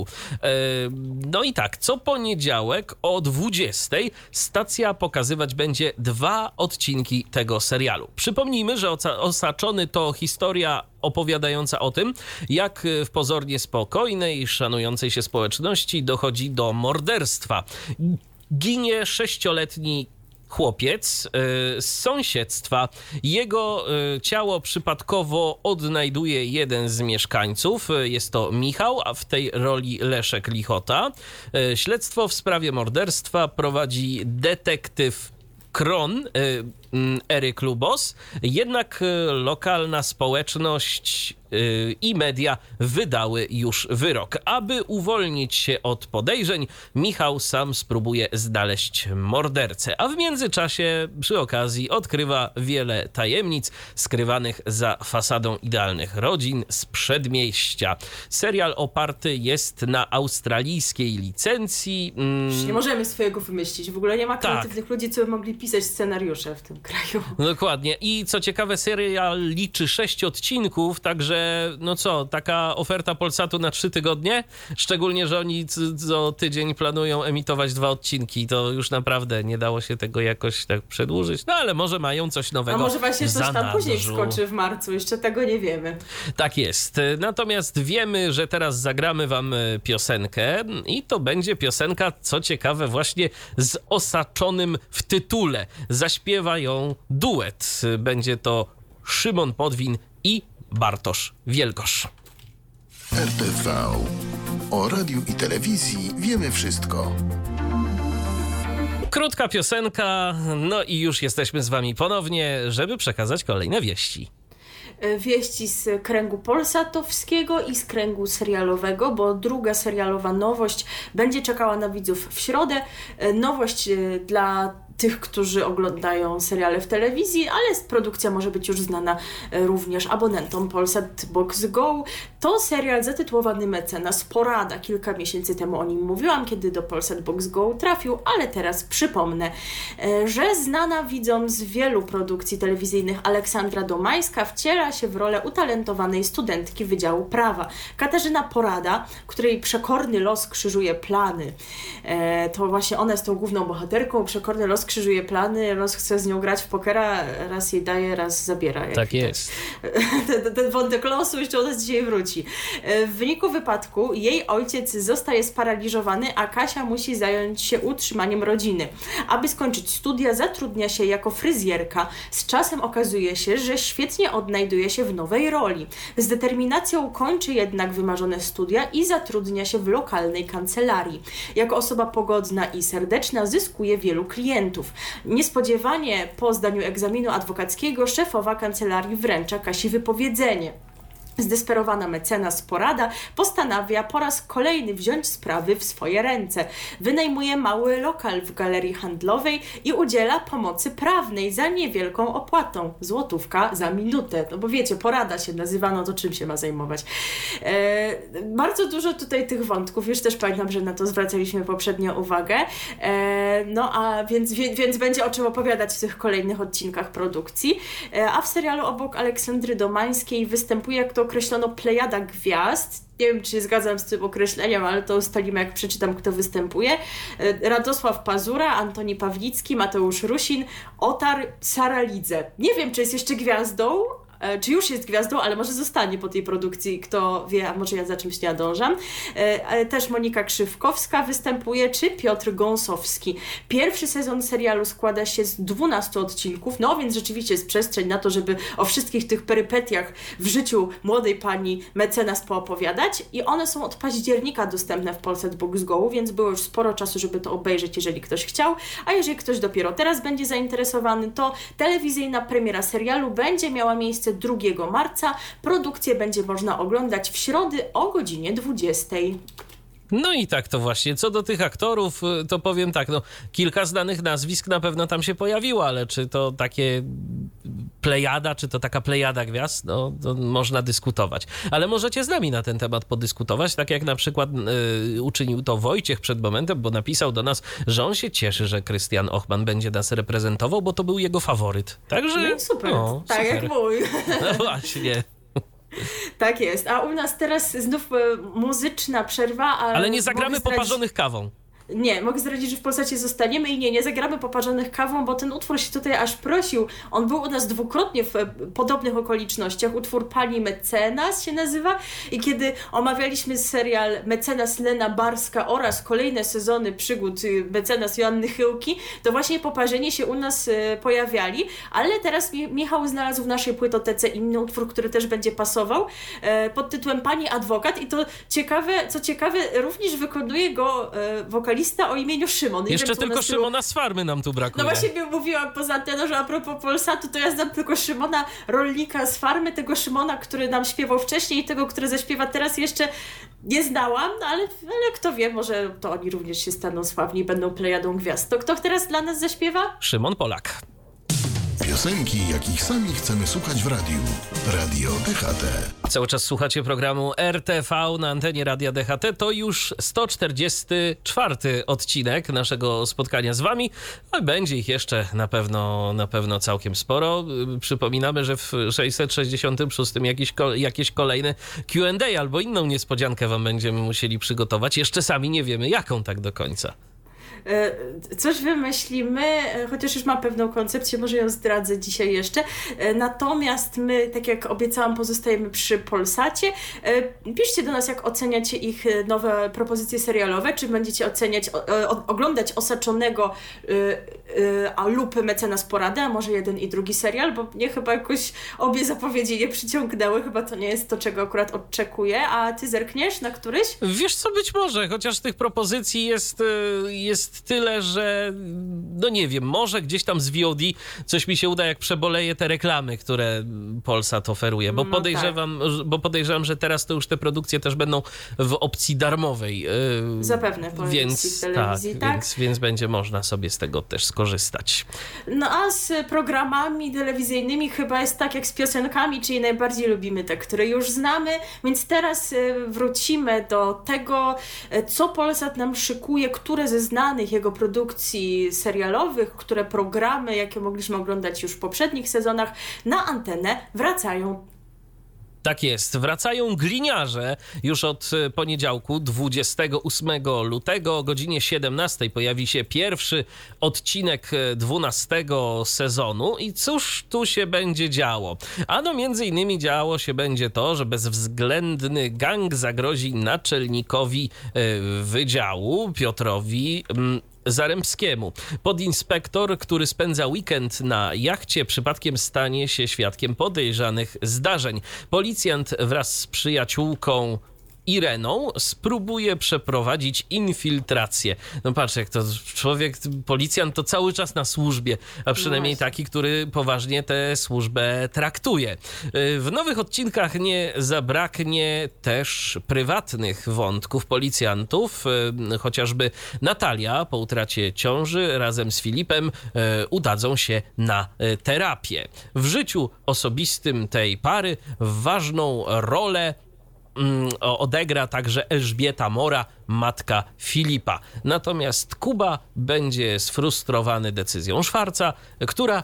No i tak, co poniedziałek o 20 stacja pokazywać będzie 2 odcinki tego serialu. Przypomnijmy, że Osaczony to historia opowiadająca o tym, jak w pozornie spokojnej, szanującej się społeczności dochodzi do morderstwa. Ginie 6-letni chłopiec z sąsiedztwa. Jego ciało przypadkowo odnajduje jeden z mieszkańców. Jest to Michał, a w tej roli Leszek Lichota. Śledztwo w sprawie morderstwa prowadzi detektyw Kron, Eryk Lubos. Jednak lokalna społeczność i media wydały już wyrok. Aby uwolnić się od podejrzeń, Michał sam spróbuje znaleźć mordercę, a w międzyczasie przy okazji odkrywa wiele tajemnic skrywanych za fasadą idealnych rodzin z przedmieścia. Serial oparty jest na australijskiej licencji. Nie możemy swojego wymyślić. W ogóle nie ma kreatywnych ludzi, co by mogli pisać scenariusze w tym kraju. Dokładnie. I co ciekawe, serial liczy 6 odcinków, także taka oferta Polsatu na 3 tygodnie, szczególnie, że oni co tydzień planują emitować 2 odcinki, to już naprawdę nie dało się tego jakoś tak przedłużyć, no ale może mają coś nowego. A może właśnie coś tam później wskoczy w marcu, jeszcze tego nie wiemy. Tak jest. Natomiast wiemy, że teraz zagramy wam piosenkę i to będzie piosenka, co ciekawe, właśnie z Osaczonym w tytule. Zaśpiewa ją duet. Będzie to Szymon Podwin i Bartosz Wielgosz. RTV. O radiu i telewizji wiemy wszystko. Krótka piosenka, no i już jesteśmy z wami ponownie, żeby przekazać kolejne wieści. Wieści z kręgu polsatowskiego i z kręgu serialowego, bo druga serialowa nowość będzie czekała na widzów w środę. Nowość dla tych, którzy oglądają seriale w telewizji, ale produkcja może być już znana również abonentom Polsat Box Go. To serial zatytułowany Mecenas Porada. Kilka miesięcy temu o nim mówiłam, kiedy do Polsat Box Go trafił, ale teraz przypomnę, że znana widzom z wielu produkcji telewizyjnych Aleksandra Domańska wciela się w rolę utalentowanej studentki Wydziału Prawa. Katarzyna Porada, której przekorny los krzyżuje plany. To właśnie ona jest tą główną bohaterką. Przekorny los krzyżuje plany, los chce z nią grać w pokera, raz jej daje, raz zabiera. Tak jest. Ten wątek losu jeszcze do nas dzisiaj wróci. W wyniku wypadku jej ojciec zostaje sparaliżowany, a Kasia musi zająć się utrzymaniem rodziny. Aby skończyć studia, zatrudnia się jako fryzjerka. Z czasem okazuje się, że świetnie odnajduje się w nowej roli. Z determinacją kończy jednak wymarzone studia i zatrudnia się w lokalnej kancelarii. Jako osoba pogodna i serdeczna zyskuje wielu klientów. Niespodziewanie po zdaniu egzaminu adwokackiego szefowa kancelarii wręcza Kasi wypowiedzenie. Zdesperowana mecenas Porada postanawia po raz kolejny wziąć sprawy w swoje ręce. Wynajmuje mały lokal w galerii handlowej i udziela pomocy prawnej za niewielką opłatą. Złotówka za minutę. No bo wiecie, Porada się nazywa, no to czym się ma zajmować? Bardzo dużo tutaj tych wątków, już też pamiętam, że na to zwracaliśmy poprzednio uwagę. No a więc będzie o czym opowiadać w tych kolejnych odcinkach produkcji. A w serialu obok Aleksandry Domańskiej występuje, jak to określono, plejada gwiazd. Nie wiem, czy się zgadzam z tym określeniem, ale to ustalimy, jak przeczytam, kto występuje. Radosław Pazura, Antoni Pawlicki, Mateusz Rusin, Otar Saralidze. Nie wiem, czy jest jeszcze gwiazdą, czy już jest gwiazdą, ale może zostanie po tej produkcji, kto wie, a może ja za czymś nie nadążam. Też Monika Krzywkowska występuje, czy Piotr Gąsowski. Pierwszy sezon serialu składa się z 12 odcinków, no więc rzeczywiście jest przestrzeń na to, żeby o wszystkich tych perypetiach w życiu młodej pani mecenas poopowiadać i one są od października dostępne w Polsat Box Go, więc było już sporo czasu, żeby to obejrzeć, jeżeli ktoś chciał, a jeżeli ktoś dopiero teraz będzie zainteresowany, to telewizyjna premiera serialu będzie miała miejsce 2 marca. Produkcję będzie można oglądać w środę o godzinie 20. No i tak to właśnie. Co do tych aktorów, to powiem tak, no kilka znanych nazwisk na pewno tam się pojawiło, ale czy to takie plejada, czy to taka plejada gwiazd, no to można dyskutować. Ale możecie z nami na ten temat podyskutować, tak jak na przykład uczynił to Wojciech przed momentem, bo napisał do nas, że on się cieszy, że Krystian Ochman będzie nas reprezentował, bo to był jego faworyt. Także No super, no, tak super. jak mój. No właśnie. Tak jest. A u nas teraz znów muzyczna przerwa. Ale nie zagramy poparzonych kawą. Nie, mogę zdradzić, że w Polsacie zostaniemy i nie zagramy poparzonych kawą, bo ten utwór się tutaj aż prosił. On był u nas dwukrotnie w podobnych okolicznościach. Utwór Pani Mecenas się nazywa i kiedy omawialiśmy serial Mecenas Lena Barska oraz kolejne sezony przygód mecenas Joanny Chyłki, to właśnie poparzeni się u nas pojawiali, ale teraz Michał znalazł w naszej płytotece inny utwór, który też będzie pasował, pod tytułem Pani Adwokat i to co ciekawe, również wykonuje go wokalista o imieniu Szymon. Jeszcze tylko Szymona z Farmy nam tu brakuje. No właśnie mówiłam poza tym, że a propos Polsatu, to ja znam tylko Szymona Rolnika z Farmy, tego Szymona, który nam śpiewał wcześniej i tego, który zaśpiewa teraz, jeszcze nie znałam, no ale kto wie, może to oni również się staną sławni i będą plejadą gwiazd. To kto teraz dla nas zaśpiewa? Szymon Polak. Piosenki, jakich sami chcemy słuchać w radiu. Radio DHT. Cały czas słuchacie programu RTV na antenie Radia DHT. To już 144 odcinek naszego spotkania z wami, a będzie ich jeszcze na pewno całkiem sporo. Przypominamy, że w 666 jakieś kolejne Q&A albo inną niespodziankę wam będziemy musieli przygotować. Jeszcze sami nie wiemy, jaką tak do końca. Coś wymyślimy, chociaż już mam pewną koncepcję, może ją zdradzę dzisiaj jeszcze. Natomiast my, tak jak obiecałam, pozostajemy przy Polsacie. Piszcie do nas, jak oceniacie ich nowe propozycje serialowe, czy będziecie oglądać Osaczonego lub Mecenas Porada, a może jeden i drugi serial, bo mnie chyba jakoś obie zapowiedzi nie przyciągnęły, chyba to nie jest to, czego akurat oczekuję, a ty zerkniesz na któryś? Wiesz co, być może, chociaż tych propozycji jest tyle, że no nie wiem, może gdzieś tam z VOD coś mi się uda, jak przeboleję te reklamy, które Polsat oferuje, bo podejrzewam, że teraz to już te produkcje też będą w opcji darmowej. Zapewne po telewizji, tak? Więc będzie można sobie z tego też skorzystać. No a z programami telewizyjnymi chyba jest tak jak z piosenkami, czyli najbardziej lubimy te, które już znamy, więc teraz wrócimy do tego, co Polsat nam szykuje, które ze znanych jego produkcji serialowych, które programy, jakie mogliśmy oglądać już w poprzednich sezonach, na antenę wracają. Tak jest. Wracają Gliniarze już od poniedziałku, 28 lutego o godzinie 17 pojawi się pierwszy odcinek 12 sezonu. I cóż tu się będzie działo? Ano między innymi działo się będzie to, że bezwzględny gang zagrozi naczelnikowi wydziału, Piotrowi Zaremskiemu. Podinspektor, który spędza weekend na jachcie, przypadkiem stanie się świadkiem podejrzanych zdarzeń. Policjant wraz z przyjaciółką Ireną spróbuje przeprowadzić infiltrację. No patrz, jak to człowiek, policjant to cały czas na służbie, a przynajmniej taki, który poważnie tę służbę traktuje. W nowych odcinkach nie zabraknie też prywatnych wątków policjantów, chociażby Natalia po utracie ciąży razem z Filipem udadzą się na terapię. W życiu osobistym tej pary ważną rolę odegra także Elżbieta Mora, matka Filipa. Natomiast Kuba będzie sfrustrowany decyzją Szwarca, która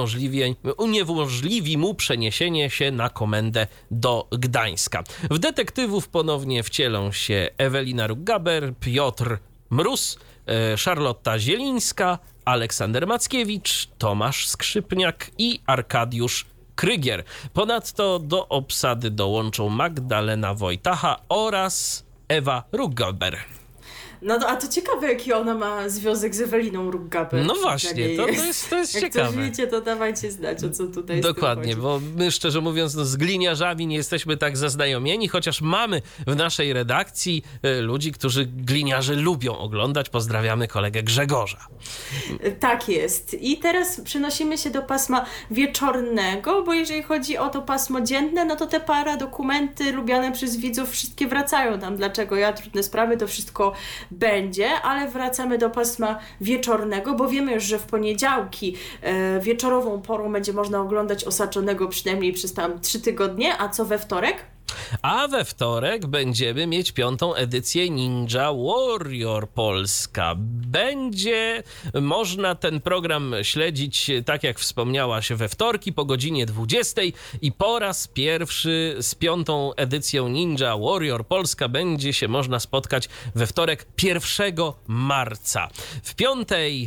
uniemożliwi mu przeniesienie się na komendę do Gdańska. W detektywów ponownie wcielą się Ewelina Ruggaber, Piotr Mróz, Szarlotta Zielińska, Aleksander Mackiewicz, Tomasz Skrzypniak i Arkadiusz Krygier. Ponadto do obsady dołączą Magdalena Wojtacha oraz Ewa Ruggaber. No a to ciekawe, jaki ona ma związek z Eweliną Ruggaber. No właśnie, to jest jak ciekawe. Jak coś wiecie, to dawajcie znać, o co tutaj Dokładnie, bo my szczerze mówiąc z gliniarzami nie jesteśmy tak zaznajomieni, chociaż mamy w naszej redakcji ludzi, którzy gliniarze lubią oglądać. Pozdrawiamy kolegę Grzegorza. Tak jest. I teraz przenosimy się do pasma wieczornego, bo jeżeli chodzi o to pasmo dzienne, no to te paradokumenty lubiane przez widzów wszystkie wracają tam. Dlaczego ja, trudne sprawy, to wszystko będzie, ale wracamy do pasma wieczornego, bo wiemy już, że w poniedziałki wieczorową porą będzie można oglądać Osaczonego przynajmniej przez tam 3 tygodnie, a co we wtorek? A we wtorek będziemy mieć 5. edycję Ninja Warrior Polska. Będzie można ten program śledzić, tak jak wspomniałaś, we wtorki po godzinie 20 i po raz pierwszy z 5. edycją Ninja Warrior Polska będzie się można spotkać we wtorek 1 marca. W 5.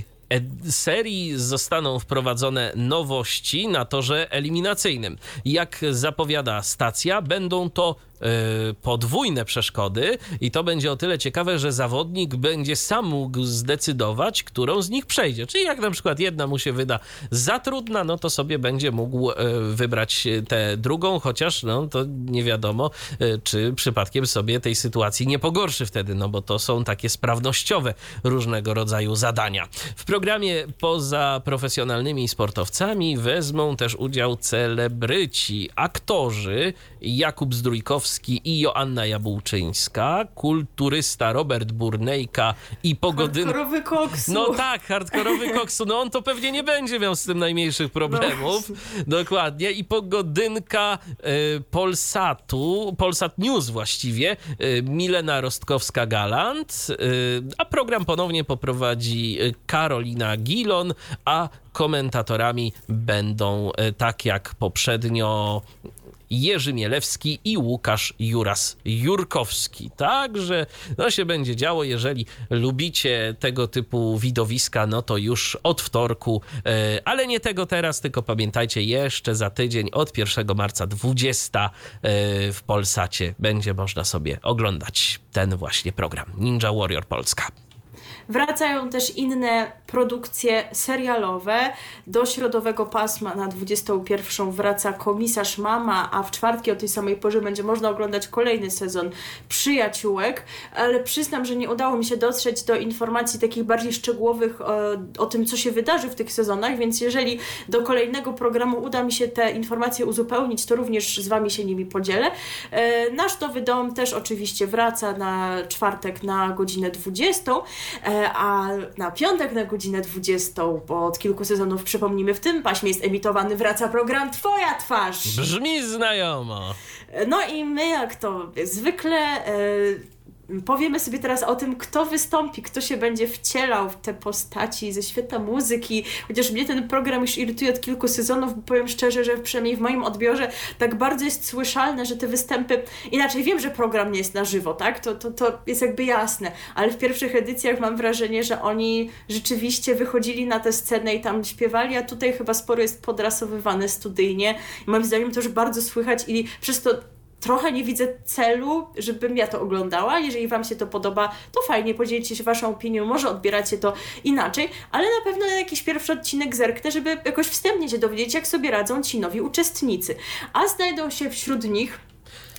serii zostaną wprowadzone nowości na torze eliminacyjnym. Jak zapowiada stacja, będą to podwójne przeszkody i to będzie o tyle ciekawe, że zawodnik będzie sam mógł zdecydować, którą z nich przejdzie. Czyli jak na przykład jedna mu się wyda za trudna, no to sobie będzie mógł wybrać tę drugą, chociaż no to nie wiadomo, czy przypadkiem sobie tej sytuacji nie pogorszy wtedy, no bo to są takie sprawnościowe różnego rodzaju zadania. W programie poza profesjonalnymi sportowcami wezmą też udział celebryci, aktorzy Jakub Zdrójkowski i Joanna Jabłczyńska, kulturysta Robert Burnejka i pogodynka... Hardkorowy koksu. No tak, hardkorowy koksu. No on to pewnie nie będzie miał z tym najmniejszych problemów. No. Dokładnie. I pogodynka Polsatu, Polsat News właściwie, Milena Rostkowska-Galant, a program ponownie poprowadzi Karolina Gilon, a komentatorami będą, tak jak poprzednio, Jerzy Mielewski i Łukasz Juras-Jurkowski. Także no się będzie działo. Jeżeli lubicie tego typu widowiska, no to już od wtorku, ale nie tego teraz, tylko pamiętajcie, jeszcze za tydzień od 1 marca 20 w Polsacie będzie można sobie oglądać ten właśnie program Ninja Warrior Polska. Wracają też inne produkcje serialowe. Do środowego pasma na 21 wraca Komisarz Mama, a w czwartki o tej samej porze będzie można oglądać kolejny sezon Przyjaciółek, ale przyznam, że nie udało mi się dotrzeć do informacji takich bardziej szczegółowych o tym, co się wydarzy w tych sezonach, więc jeżeli do kolejnego programu uda mi się te informacje uzupełnić, to również z Wami się nimi podzielę. Nasz Nowy Dom też oczywiście wraca na czwartek na godzinę 20, a na piątek na godzinę 20, bo od kilku sezonów, przypomnijmy, w tym paśmie jest emitowany, wraca program Twoja twarz. Brzmi znajomo. No i my, jak to zwykle, powiemy sobie teraz o tym, kto wystąpi, kto się będzie wcielał w te postaci ze świata muzyki. Chociaż mnie ten program już irytuje od kilku sezonów, bo powiem szczerze, że przynajmniej w moim odbiorze tak bardzo jest słyszalne, że te występy... Inaczej wiem, że program nie jest na żywo, tak? To jest jakby jasne. Ale w pierwszych edycjach mam wrażenie, że oni rzeczywiście wychodzili na tę scenę i tam śpiewali, a tutaj chyba sporo jest podrasowywane studyjnie. I moim zdaniem to już bardzo słychać i przez to trochę nie widzę celu, żebym ja to oglądała. Jeżeli Wam się to podoba, to fajnie, podzielicie się Waszą opinią, może odbieracie to inaczej, ale na pewno na jakiś pierwszy odcinek zerknę, żeby jakoś wstępnie się dowiedzieć, jak sobie radzą ci nowi uczestnicy. A znajdą się wśród nich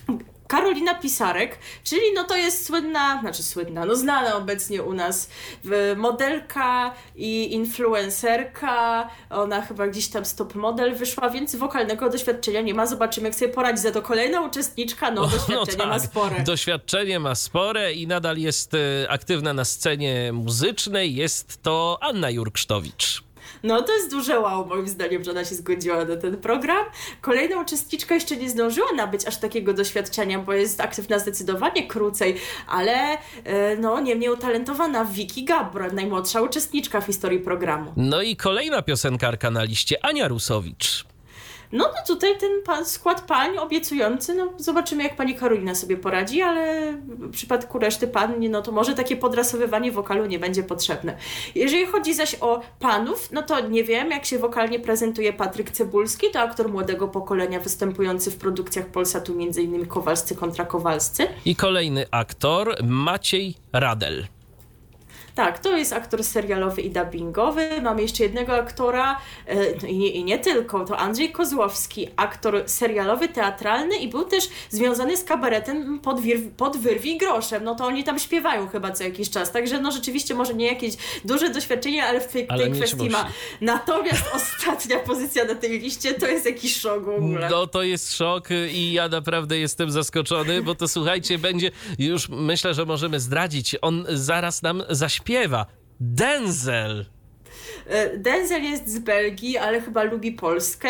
Karolina Pisarek, czyli no to jest znana obecnie u nas modelka i influencerka. Ona chyba gdzieś tam z top model wyszła, więc wokalnego doświadczenia nie ma. Zobaczymy, jak sobie poradzi. Za to kolejna uczestniczka, doświadczenie ma spore. Doświadczenie ma spore i nadal jest aktywna na scenie muzycznej. Jest to Anna Jurksztowicz. No to jest duże wow, moim zdaniem, że ona się zgodziła na ten program. Kolejna uczestniczka jeszcze nie zdążyła nabyć aż takiego doświadczenia, bo jest aktywna zdecydowanie krócej, ale niemniej utalentowana Vicky Gabor, najmłodsza uczestniczka w historii programu. No i kolejna piosenkarka na liście, Ania Rusowicz. No tutaj ten skład pań obiecujący, zobaczymy, jak pani Karolina sobie poradzi, ale w przypadku reszty pań, to może takie podrasowywanie wokalu nie będzie potrzebne. Jeżeli chodzi zaś o panów, to nie wiem, jak się wokalnie prezentuje Patryk Cebulski, to aktor młodego pokolenia występujący w produkcjach Polsatu, m.in. Kowalscy kontra Kowalscy. I kolejny aktor, Maciej Radel. Tak, to jest aktor serialowy i dubbingowy. Mamy jeszcze jednego aktora i nie tylko, to Andrzej Kozłowski, aktor serialowy, teatralny i był też związany z kabaretem pod Wyrwi Groszem. To oni tam śpiewają chyba co jakiś czas, także rzeczywiście może nie jakieś duże doświadczenie, ale w tej kwestii ma. Natomiast ostatnia pozycja na tej liście to jest jakiś szok w ogóle. No to jest szok i ja naprawdę jestem zaskoczony, bo to słuchajcie, będzie, już myślę, że możemy zdradzić, on zaraz nam zaśpiewa. Denzel. Denzel jest z Belgii, ale chyba lubi Polskę.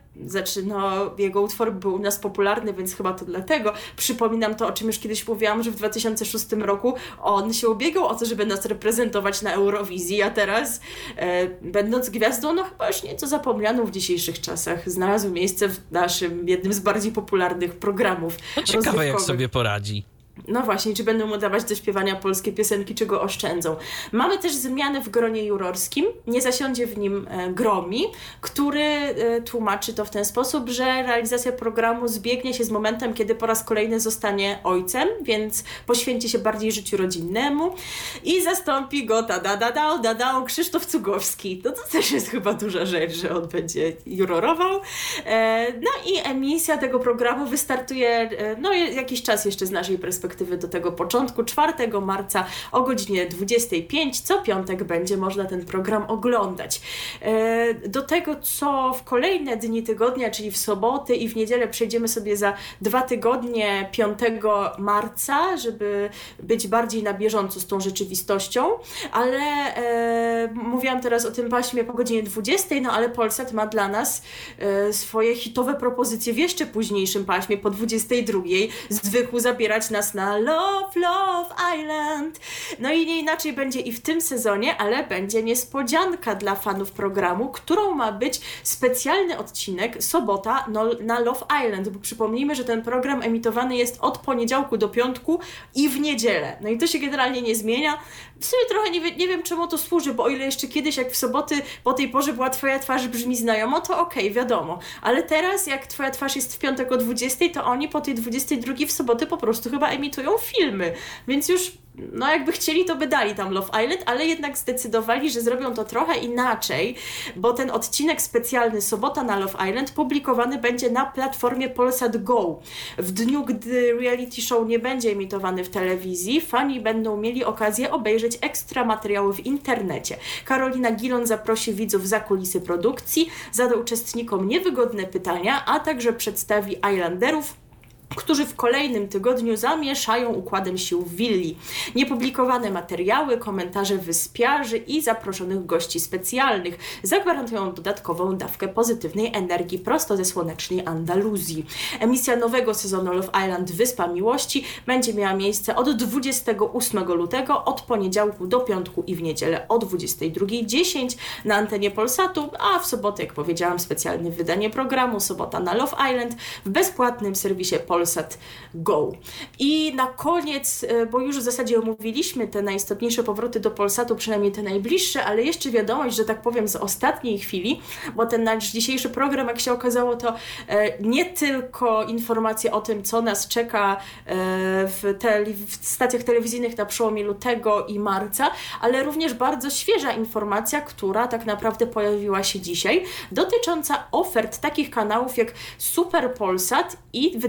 Jego utwór był u nas popularny, więc chyba to dlatego. Przypominam to, o czym już kiedyś mówiłam, że w 2006 roku on się ubiegał o to, żeby nas reprezentować na Eurowizji, a teraz, będąc gwiazdą, chyba już nieco zapomnianą w dzisiejszych czasach, znalazł miejsce w naszym jednym z bardziej popularnych programów. Ciekawe, jak sobie poradzi. No właśnie, czy będą mu dawać do śpiewania polskie piosenki, czy go oszczędzą. Mamy też zmianę w gronie jurorskim. Nie zasiądzie w nim Gromi, który tłumaczy to w ten sposób, że realizacja programu zbiegnie się z momentem, kiedy po raz kolejny zostanie ojcem, więc poświęci się bardziej życiu rodzinnemu i zastąpi go Krzysztof Cugowski. To też jest chyba duża rzecz, że on będzie jurorował. No i emisja tego programu wystartuje jakiś czas jeszcze z naszej perspektywy do tego początku, 4 marca o godzinie 25. Co piątek będzie można ten program oglądać. Do tego, co w kolejne dni tygodnia, czyli w soboty i w niedzielę przejdziemy sobie za 2 tygodnie, 5 marca, żeby być bardziej na bieżąco z tą rzeczywistością, ale mówiłam teraz o tym paśmie po godzinie 20, ale Polsat ma dla nas swoje hitowe propozycje w jeszcze późniejszym paśmie, po 22. Zwykł zabierać nas na Love Island. No i nie inaczej będzie i w tym sezonie, ale będzie niespodzianka dla fanów programu, którą ma być specjalny odcinek sobota na Love Island, bo przypomnijmy, że ten program emitowany jest od poniedziałku do piątku i w niedzielę. No i to się generalnie nie zmienia. W sumie trochę nie wiem, czemu to służy, bo o ile jeszcze kiedyś, jak w soboty po tej porze była twoja twarz brzmi znajomo, to okej, wiadomo. Ale teraz, jak twoja twarz jest w piątek o 20, to oni po tej 22 w soboty po prostu chyba emitują filmy. Więc już jakby chcieli, to by dali tam Love Island, ale jednak zdecydowali, że zrobią to trochę inaczej, bo ten odcinek specjalny Sobota na Love Island publikowany będzie na platformie Polsat Go. W dniu, gdy reality show nie będzie emitowany w telewizji, fani będą mieli okazję obejrzeć ekstra materiały w internecie. Karolina Gilon zaprosi widzów za kulisy produkcji, zada uczestnikom niewygodne pytania, a także przedstawi Islanderów, którzy w kolejnym tygodniu zamieszają układem sił w willi. Niepublikowane materiały, komentarze wyspiarzy i zaproszonych gości specjalnych zagwarantują dodatkową dawkę pozytywnej energii prosto ze słonecznej Andaluzji. Emisja nowego sezonu Love Island Wyspa Miłości będzie miała miejsce od 28 lutego, od poniedziałku do piątku i w niedzielę o 22:10 na antenie Polsatu, a w sobotę, jak powiedziałam, specjalne wydanie programu Sobota na Love Island w bezpłatnym serwisie Polsat Go. I na koniec, bo już w zasadzie omówiliśmy te najistotniejsze powroty do Polsatu, przynajmniej te najbliższe, ale jeszcze wiadomość, że tak powiem, z ostatniej chwili, bo ten nasz dzisiejszy program, jak się okazało, to nie tylko informacje o tym, co nas czeka w stacjach telewizyjnych na przełomie lutego i marca, ale również bardzo świeża informacja, która tak naprawdę pojawiła się dzisiaj, dotycząca ofert takich kanałów jak Super Polsat i Wydarzenia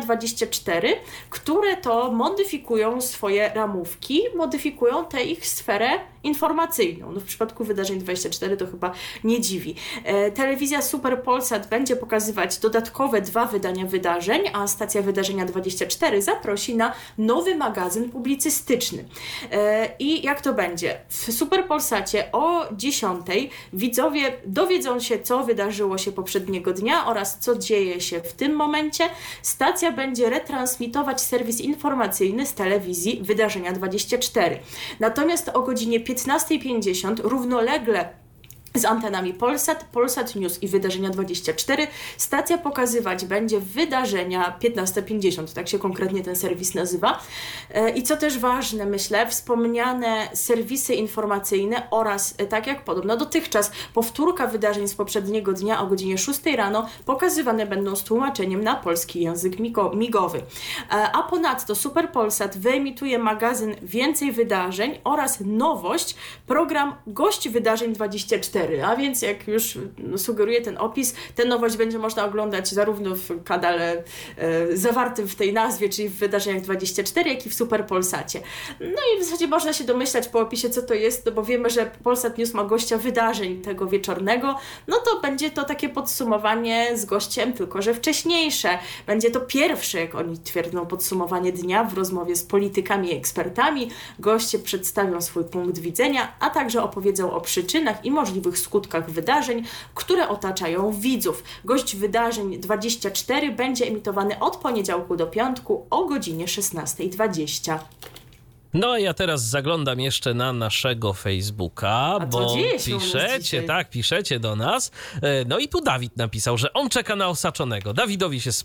Wydarzenia24, które to modyfikują swoje ramówki, modyfikują tę ich sferę informacyjną. No w przypadku Wydarzeń24 to chyba nie dziwi. Telewizja Super Polsat będzie pokazywać dodatkowe 2 wydania wydarzeń, a stacja Wydarzenia24 zaprosi na nowy magazyn publicystyczny. I jak to będzie? W Super Polsacie o 10:00 widzowie dowiedzą się, co wydarzyło się poprzedniego dnia oraz co dzieje się w tym momencie. Stacja będzie retransmitować serwis informacyjny z telewizji Wydarzenia24. Natomiast o godzinie 15:50 równolegle z antenami Polsat, Polsat News i Wydarzenia24 stacja pokazywać będzie wydarzenia 15:50, tak się konkretnie ten serwis nazywa. I co też ważne, myślę, wspomniane serwisy informacyjne oraz, tak jak podobno dotychczas, powtórka wydarzeń z poprzedniego dnia o godzinie 6:00 rano pokazywane będą z tłumaczeniem na polski język migowy. A ponadto Super Polsat wyemituje magazyn Więcej Wydarzeń oraz nowość, program Gość Wydarzeń24. A więc jak już sugeruje ten opis, tę nowość będzie można oglądać zarówno w kanale zawartym w tej nazwie, czyli w Wydarzeniach 24, jak i w Super Polsacie. No i w zasadzie można się domyślać po opisie, co to jest, no bo wiemy, że Polsat News ma gościa wydarzeń tego wieczornego, no to będzie to takie podsumowanie z gościem, tylko że wcześniejsze. Będzie to pierwsze, jak oni twierdzą, podsumowanie dnia w rozmowie z politykami i ekspertami. Goście przedstawią swój punkt widzenia, a także opowiedzą o przyczynach i możliwych skutkach wydarzeń, które otaczają widzów. Gość Wydarzeń 24 będzie emitowany od poniedziałku do piątku o godzinie 16:20. No ja teraz zaglądam jeszcze na naszego Facebooka, bo piszecie do nas. No i tu Dawid napisał, że on czeka na Osaczonego. Dawidowi się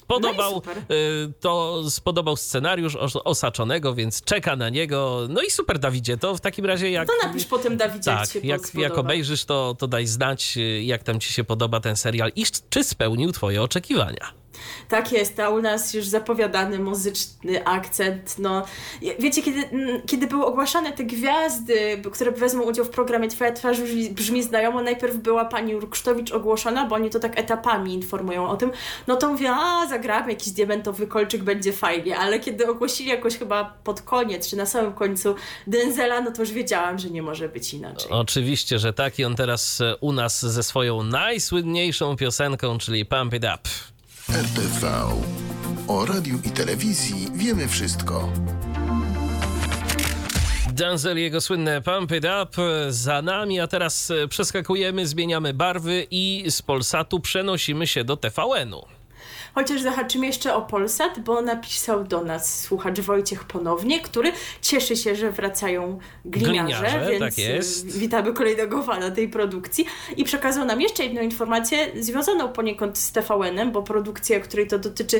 spodobał scenariusz Osaczonego, więc czeka na niego. No i super, Dawidzie, to w takim razie jak... To napisz potem, Dawidzie, tak, jak obejrzysz, to daj znać, jak tam ci się podoba ten serial i czy spełnił twoje oczekiwania. Tak jest, a u nas już zapowiadany muzyczny akcent. No, wiecie, kiedy były ogłaszane te gwiazdy, które wezmą udział w programie Twoja twarz brzmi znajomo, najpierw była pani Urksztowicz ogłoszona, bo oni to tak etapami informują o tym, no to mówię, zagramy jakiś diamentowy kolczyk, będzie fajnie, ale kiedy ogłosili jakoś chyba pod koniec, czy na samym końcu Denzela, no to już wiedziałam, że nie może być inaczej. Oczywiście, że tak, i on teraz u nas ze swoją najsłynniejszą piosenką, czyli Pump It Up. RTV. O radiu i telewizji wiemy wszystko. Denzel i jego słynne Pump It Up za nami, a teraz przeskakujemy, zmieniamy barwy i z Polsatu przenosimy się do TVN-u. Chociaż zahaczymy jeszcze o Polsat, bo napisał do nas słuchacz Wojciech ponownie, który cieszy się, że wracają gliniarze, więc tak jest. Witamy kolejnego fana tej produkcji i przekazał nam jeszcze jedną informację związaną poniekąd z TVN-em, bo produkcja, której to dotyczy,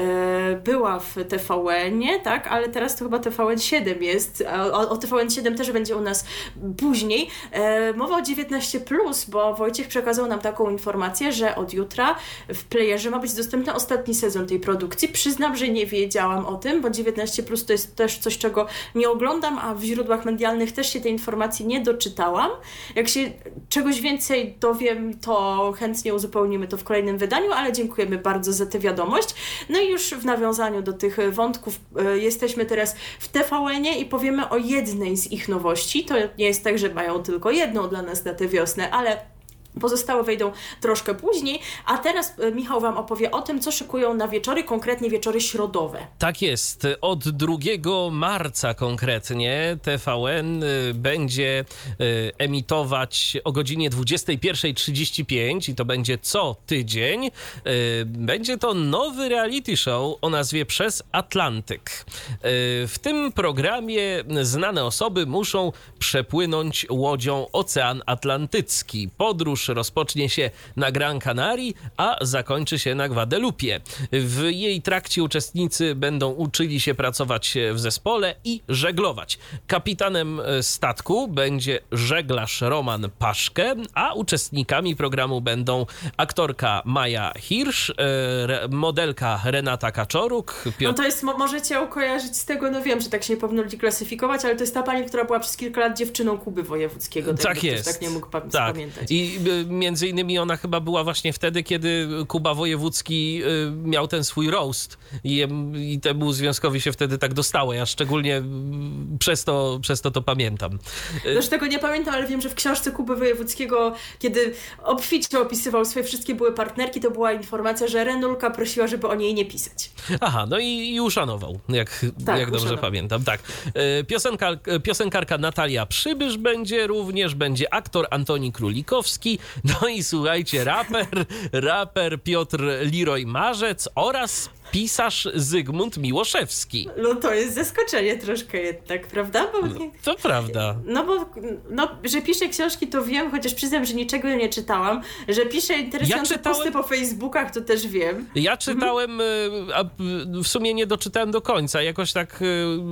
była w TVN-ie, tak, ale teraz to chyba TVN7 jest, o TVN7 też będzie u nas później. Mowa o 19+, bo Wojciech przekazał nam taką informację, że od jutra w playerze ma być dostępny ostatni sezon tej produkcji. Przyznam, że nie wiedziałam o tym, bo 19+ to jest też coś, czego nie oglądam, a w źródłach medialnych też się tej informacji nie doczytałam. Jak się czegoś więcej dowiem, to chętnie uzupełnimy to w kolejnym wydaniu, ale dziękujemy bardzo za tę wiadomość. No i już w nawiązaniu do tych wątków jesteśmy teraz w TVN-ie i powiemy o jednej z ich nowości. To nie jest tak, że mają tylko jedną dla nas na tę wiosnę, ale pozostałe wejdą troszkę później, a teraz Michał wam opowie o tym, co szykują na wieczory, konkretnie wieczory środowe. Tak jest. Od 2 marca konkretnie TVN będzie emitować o godzinie 21:35 i to będzie co tydzień. Będzie to nowy reality show o nazwie Przez Atlantyk. W tym programie znane osoby muszą przepłynąć łodzią Ocean Atlantycki. Podróż rozpocznie się na Gran Canaria, a zakończy się na Gwadelupie. W jej trakcie uczestnicy będą uczyli się pracować w zespole i żeglować. Kapitanem statku będzie żeglarz Roman Paszke, a uczestnikami programu będą aktorka Maja Hirsch, modelka Renata Kaczoruk. No to jest, możecie ją kojarzyć z tego, no wiem, że tak się nie powinno ludzi klasyfikować, ale to jest ta pani, która była przez kilka lat dziewczyną Kuby Wojewódzkiego. Tak jest. Tak nie mógł tak. pamiętać. I Między innymi ona chyba była właśnie wtedy, kiedy Kuba Wojewódzki miał ten swój roast i temu związkowi się wtedy tak dostało. Ja szczególnie przez to pamiętam. Też tego nie pamiętam, ale wiem, że w książce Kuby Wojewódzkiego, kiedy obficie opisywał swoje wszystkie były partnerki, to była informacja, że Renulka prosiła, żeby o niej nie pisać. Aha, no i uszanował, jak dobrze uszanował. pamiętam. Tak. Piosenkarka Natalia Przybysz będzie aktor Antoni Królikowski, no i słuchajcie, raper Piotr Leroy Marzec oraz pisarz Zygmunt Miłoszewski. No to jest zaskoczenie troszkę jednak, prawda? To prawda. Że pisze książki to wiem, chociaż przyznam, że niczego nie czytałam. Że pisze interesujące posty po Facebookach, to też wiem. Ja czytałem, a w sumie nie doczytałem do końca. Jakoś tak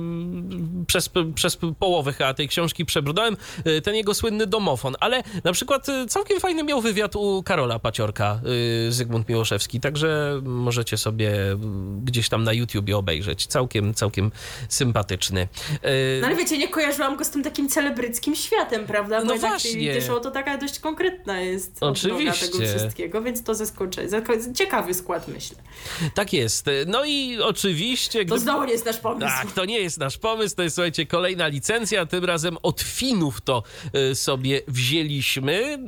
przez połowę chyba tej książki przebrnąłem. Ten jego słynny domofon. Ale na przykład całkiem fajny miał wywiad u Karola Paciorka, Zygmunt Miłoszewski. Także możecie sobie gdzieś tam na YouTubie obejrzeć. Całkiem sympatyczny. No ale wiecie, nie kojarzyłam go z tym takim celebryckim światem, prawda? Bo no jednak właśnie. to taka dość konkretna jest Oczywiście. tego wszystkiego, więc to zaskoczenie. Ciekawy skład, myślę. Tak jest. No i oczywiście... To znowu nie jest nasz pomysł. Tak, to nie jest nasz pomysł, to jest, słuchajcie, kolejna licencja, tym razem od Finów to sobie wzięliśmy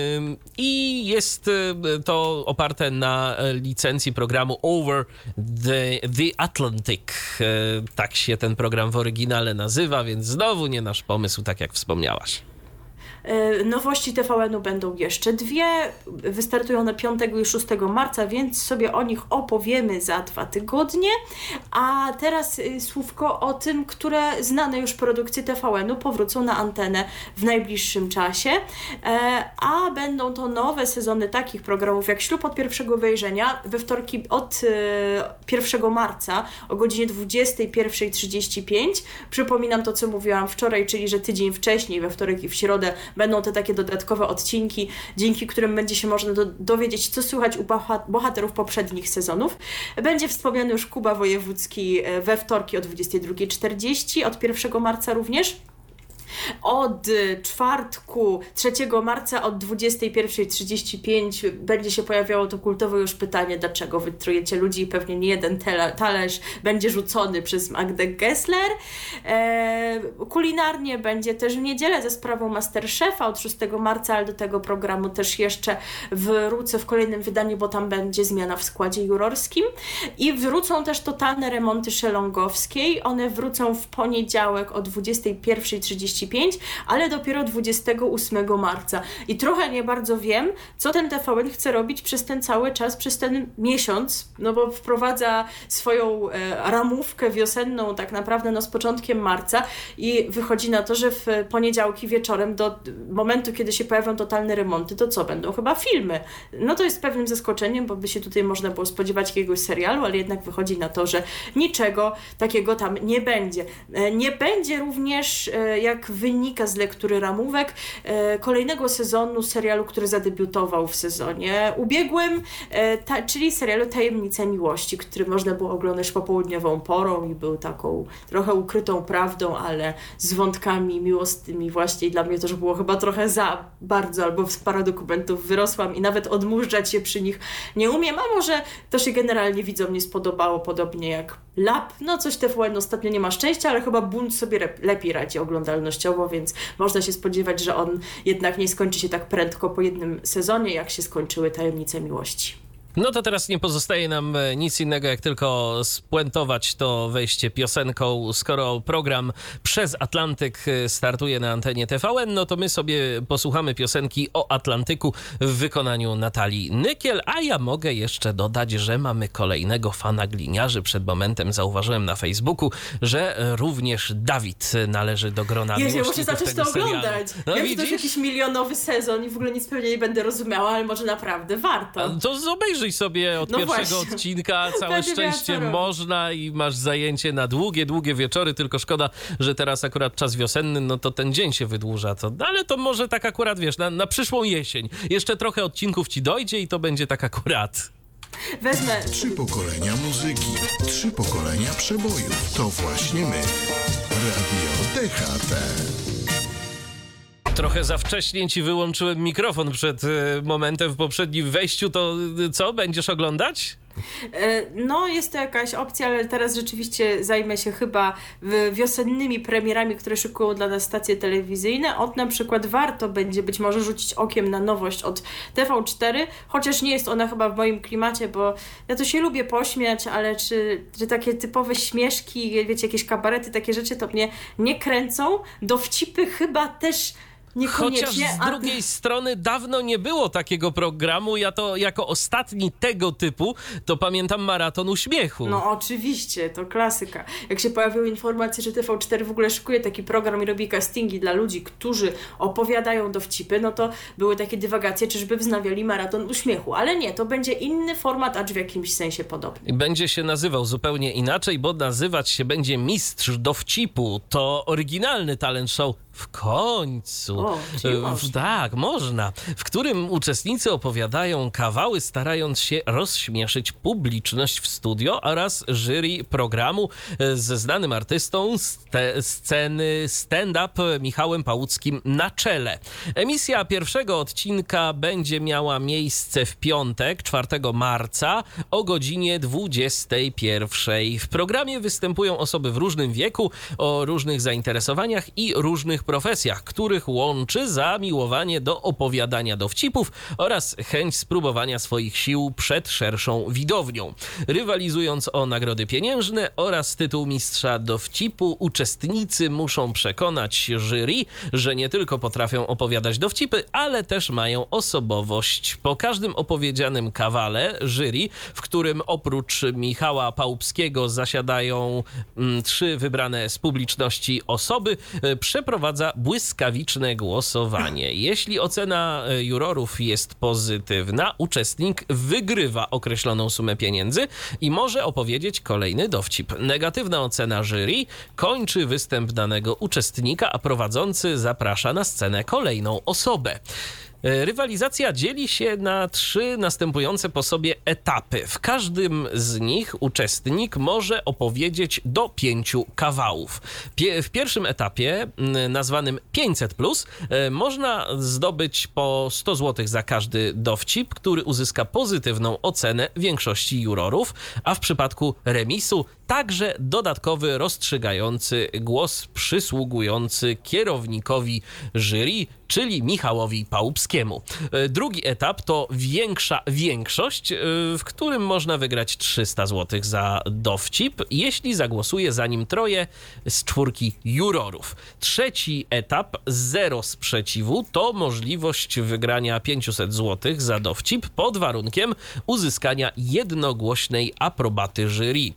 i jest to oparte na licencji programu Over the Atlantic. Tak się ten program w oryginale nazywa, więc znowu nie nasz pomysł, tak jak wspomniałaś. Nowości TVN-u będą jeszcze dwie. Wystartują na 5 i 6 marca, więc sobie o nich opowiemy za 2 tygodnie. A teraz słówko o tym, które znane już produkcje TVN-u powrócą na antenę w najbliższym czasie. A będą to nowe sezony takich programów jak Ślub od pierwszego wejrzenia we wtorki od 1 marca o godzinie 21:35. Przypominam to, co mówiłam wczoraj, czyli że tydzień wcześniej, we wtorek i w środę, będą te takie dodatkowe odcinki, dzięki którym będzie się można dowiedzieć, co słychać u bohaterów poprzednich sezonów. Będzie wspomniany już Kuba Wojewódzki we wtorki o 22:40, od 1 marca również. Od czwartku 3 marca od 21:35 będzie się pojawiało to kultowe już pytanie, dlaczego wy trujecie ludzi i pewnie nie jeden talerz będzie rzucony przez Magdę Gessler. Kulinarnie będzie też w niedzielę ze sprawą Masterchefa od 6 marca, ale do tego programu też jeszcze wrócę w kolejnym wydaniu, bo tam będzie zmiana w składzie jurorskim. I wrócą też totalne remonty Szelongowskiej. One wrócą w poniedziałek o 21:35, ale dopiero 28 marca. I trochę nie bardzo wiem, co ten TVN chce robić przez ten cały czas, przez ten miesiąc, no bo wprowadza swoją ramówkę wiosenną tak naprawdę z początkiem marca i wychodzi na to, że w poniedziałki wieczorem do momentu, kiedy się pojawią totalne remonty, to co? Będą chyba filmy. No to jest pewnym zaskoczeniem, bo by się tutaj można było spodziewać jakiegoś serialu, ale jednak wychodzi na to, że niczego takiego tam nie będzie. Nie będzie również, jak wynika z lektury ramówek, kolejnego sezonu serialu, który zadebiutował w sezonie ubiegłym, czyli serialu Tajemnice Miłości, który można było oglądać popołudniową porą i był taką trochę ukrytą prawdą, ale z wątkami miłosnymi właśnie i dla mnie to już było chyba trochę za bardzo, albo z paru dokumentów wyrosłam i nawet odmurzać się przy nich nie umiem, a może to się generalnie widzom nie spodobało, podobnie jak Lab. No coś TVN ostatnio nie ma szczęścia, ale chyba Bunt sobie lepiej radzi oglądalnościowo, więc można się spodziewać, że on jednak nie skończy się tak prędko po jednym sezonie, jak się skończyły Tajemnice Miłości. No to teraz nie pozostaje nam nic innego, jak tylko spuentować to wejście piosenką. Skoro program Przez Atlantyk startuje na antenie TVN, no to my sobie posłuchamy piosenki o Atlantyku w wykonaniu Natalii Nykiel, a ja mogę jeszcze dodać, że mamy kolejnego fana gliniarzy. Przed momentem zauważyłem na Facebooku, że również Dawid należy do grona miłośników muszę zacząć to oglądać. No, wiem, że to jest jakiś milionowy sezon i w ogóle nic pewnie nie będę rozumiała, ale może naprawdę warto. A to obejrzyj sobie od pierwszego odcinka. Całe szczęście można i masz zajęcie na długie wieczory, tylko szkoda, że teraz akurat czas wiosenny, no to ten dzień się wydłuża. Ale to może tak akurat, wiesz, na przyszłą jesień. Jeszcze trochę odcinków ci dojdzie i to będzie tak akurat. Wezmę 3 pokolenia muzyki, 3 pokolenia przebojów. To właśnie my. Radio DHT. Trochę za wcześnie ci wyłączyłem mikrofon przed momentem w poprzednim wejściu, to co, będziesz oglądać? No, jest to jakaś opcja, ale teraz rzeczywiście zajmę się chyba wiosennymi premierami, które szykują dla nas stacje telewizyjne. Na przykład warto będzie być może rzucić okiem na nowość od TV4, chociaż nie jest ona chyba w moim klimacie, bo ja to się lubię pośmiać, ale czy takie typowe śmieszki, wiecie, jakieś kabarety, takie rzeczy to mnie nie kręcą. Dowcipy chyba też niekoniecznie. Chociaż z drugiej strony dawno nie było takiego programu. Ja to jako ostatni tego typu to pamiętam Maraton Uśmiechu. No oczywiście, to klasyka. Jak się pojawiły informacje, że TV4 w ogóle szykuje taki program i robi castingi dla ludzi, którzy opowiadają dowcipy, no to były takie dywagacje, czyżby wznawiali Maraton Uśmiechu. Ale nie, to będzie inny format, acz w jakimś sensie podobny. Będzie się nazywał zupełnie inaczej, bo nazywać się będzie Mistrz Dowcipu. To oryginalny talent show w końcu. Tak, można. W którym uczestnicy opowiadają kawały, starając się rozśmieszyć publiczność w studio oraz jury programu ze znanym artystą sceny stand-up Michałem Pałuckim na czele. Emisja pierwszego odcinka będzie miała miejsce w piątek, 4 marca o godzinie 21. W programie występują osoby w różnym wieku, o różnych zainteresowaniach i różnych profesjach, których łączy zamiłowanie do opowiadania dowcipów oraz chęć spróbowania swoich sił przed szerszą widownią. Rywalizując o nagrody pieniężne oraz tytuł mistrza dowcipu, uczestnicy muszą przekonać jury, że nie tylko potrafią opowiadać dowcipy, ale też mają osobowość. Po każdym opowiedzianym kawale jury, w którym oprócz Michała Pałupskiego zasiadają 3 wybrane z publiczności osoby, przeprowadza błyskawiczne głosowanie. Jeśli ocena jurorów jest pozytywna, uczestnik wygrywa określoną sumę pieniędzy i może opowiedzieć kolejny dowcip. Negatywna ocena jury kończy występ danego uczestnika, a prowadzący zaprasza na scenę kolejną osobę. Rywalizacja dzieli się na 3 następujące po sobie etapy. W każdym z nich uczestnik może opowiedzieć do 5 kawałów. W pierwszym etapie, nazwanym 500+, można zdobyć po 100 zł za każdy dowcip, który uzyska pozytywną ocenę większości jurorów, a w przypadku remisu także dodatkowy rozstrzygający głos przysługujący kierownikowi jury, czyli Michałowi Pałupskiemu. Drugi etap to większa większość, w którym można wygrać 300 zł za dowcip, jeśli zagłosuje za nim 3 z 4 jurorów. Trzeci etap, 0 sprzeciwu, to możliwość wygrania 500 zł za dowcip pod warunkiem uzyskania jednogłośnej aprobaty jury.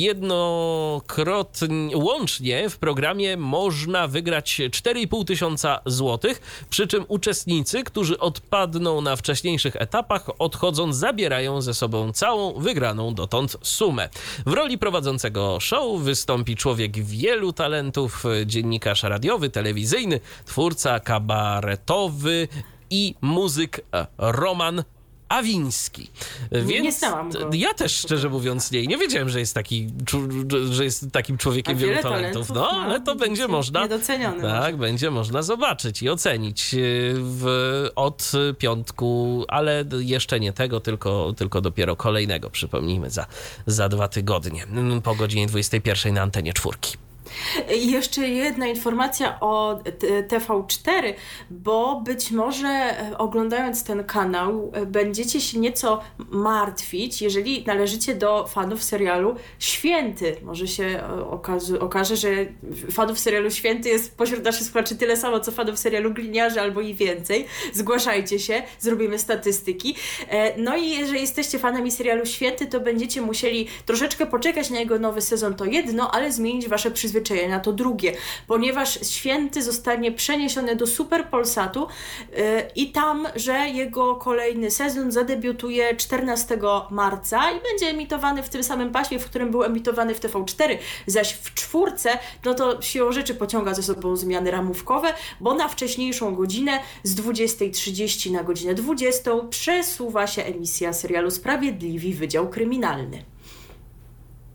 Łącznie w programie można wygrać 4,5 tysiąca złotych, przy czym uczestnicy, którzy odpadną na wcześniejszych etapach, odchodząc, zabierają ze sobą całą wygraną dotąd sumę. W roli prowadzącego show wystąpi człowiek wielu talentów, dziennikarz radiowy, telewizyjny, twórca kabaretowy i muzyk Roman Awiński. Więc nie znałam go. Ja też, szczerze mówiąc, nie wiedziałem, że jest takim człowiekiem wielu talentów. No, ale to będzie można. Niedoceniony. Tak, będzie można zobaczyć i ocenić od piątku, ale jeszcze nie tego, tylko dopiero kolejnego, przypomnijmy, za 2 tygodnie, po godzinie 21 na antenie 4. I jeszcze jedna informacja o TV4, bo być może oglądając ten kanał będziecie się nieco martwić, jeżeli należycie do fanów serialu Święty. Może się okaże, że fanów serialu Święty jest pośród naszych słuchaczy tyle samo, co fanów serialu Gliniarze, albo i więcej. Zgłaszajcie się, zrobimy statystyki. No i jeżeli jesteście fanami serialu Święty, to będziecie musieli troszeczkę poczekać na jego nowy sezon, to jedno, ale zmienić wasze przyzwyczajenia na to drugie, ponieważ Święty zostanie przeniesiony do Super Polsatu i tam, że jego kolejny sezon zadebiutuje 14 marca i będzie emitowany w tym samym paśmie, w którym był emitowany w TV4, zaś w 4, no to siłą rzeczy pociąga ze sobą zmiany ramówkowe, bo na wcześniejszą godzinę z 20:30 na godzinę 20 przesuwa się emisja serialu Sprawiedliwi Wydział Kryminalny.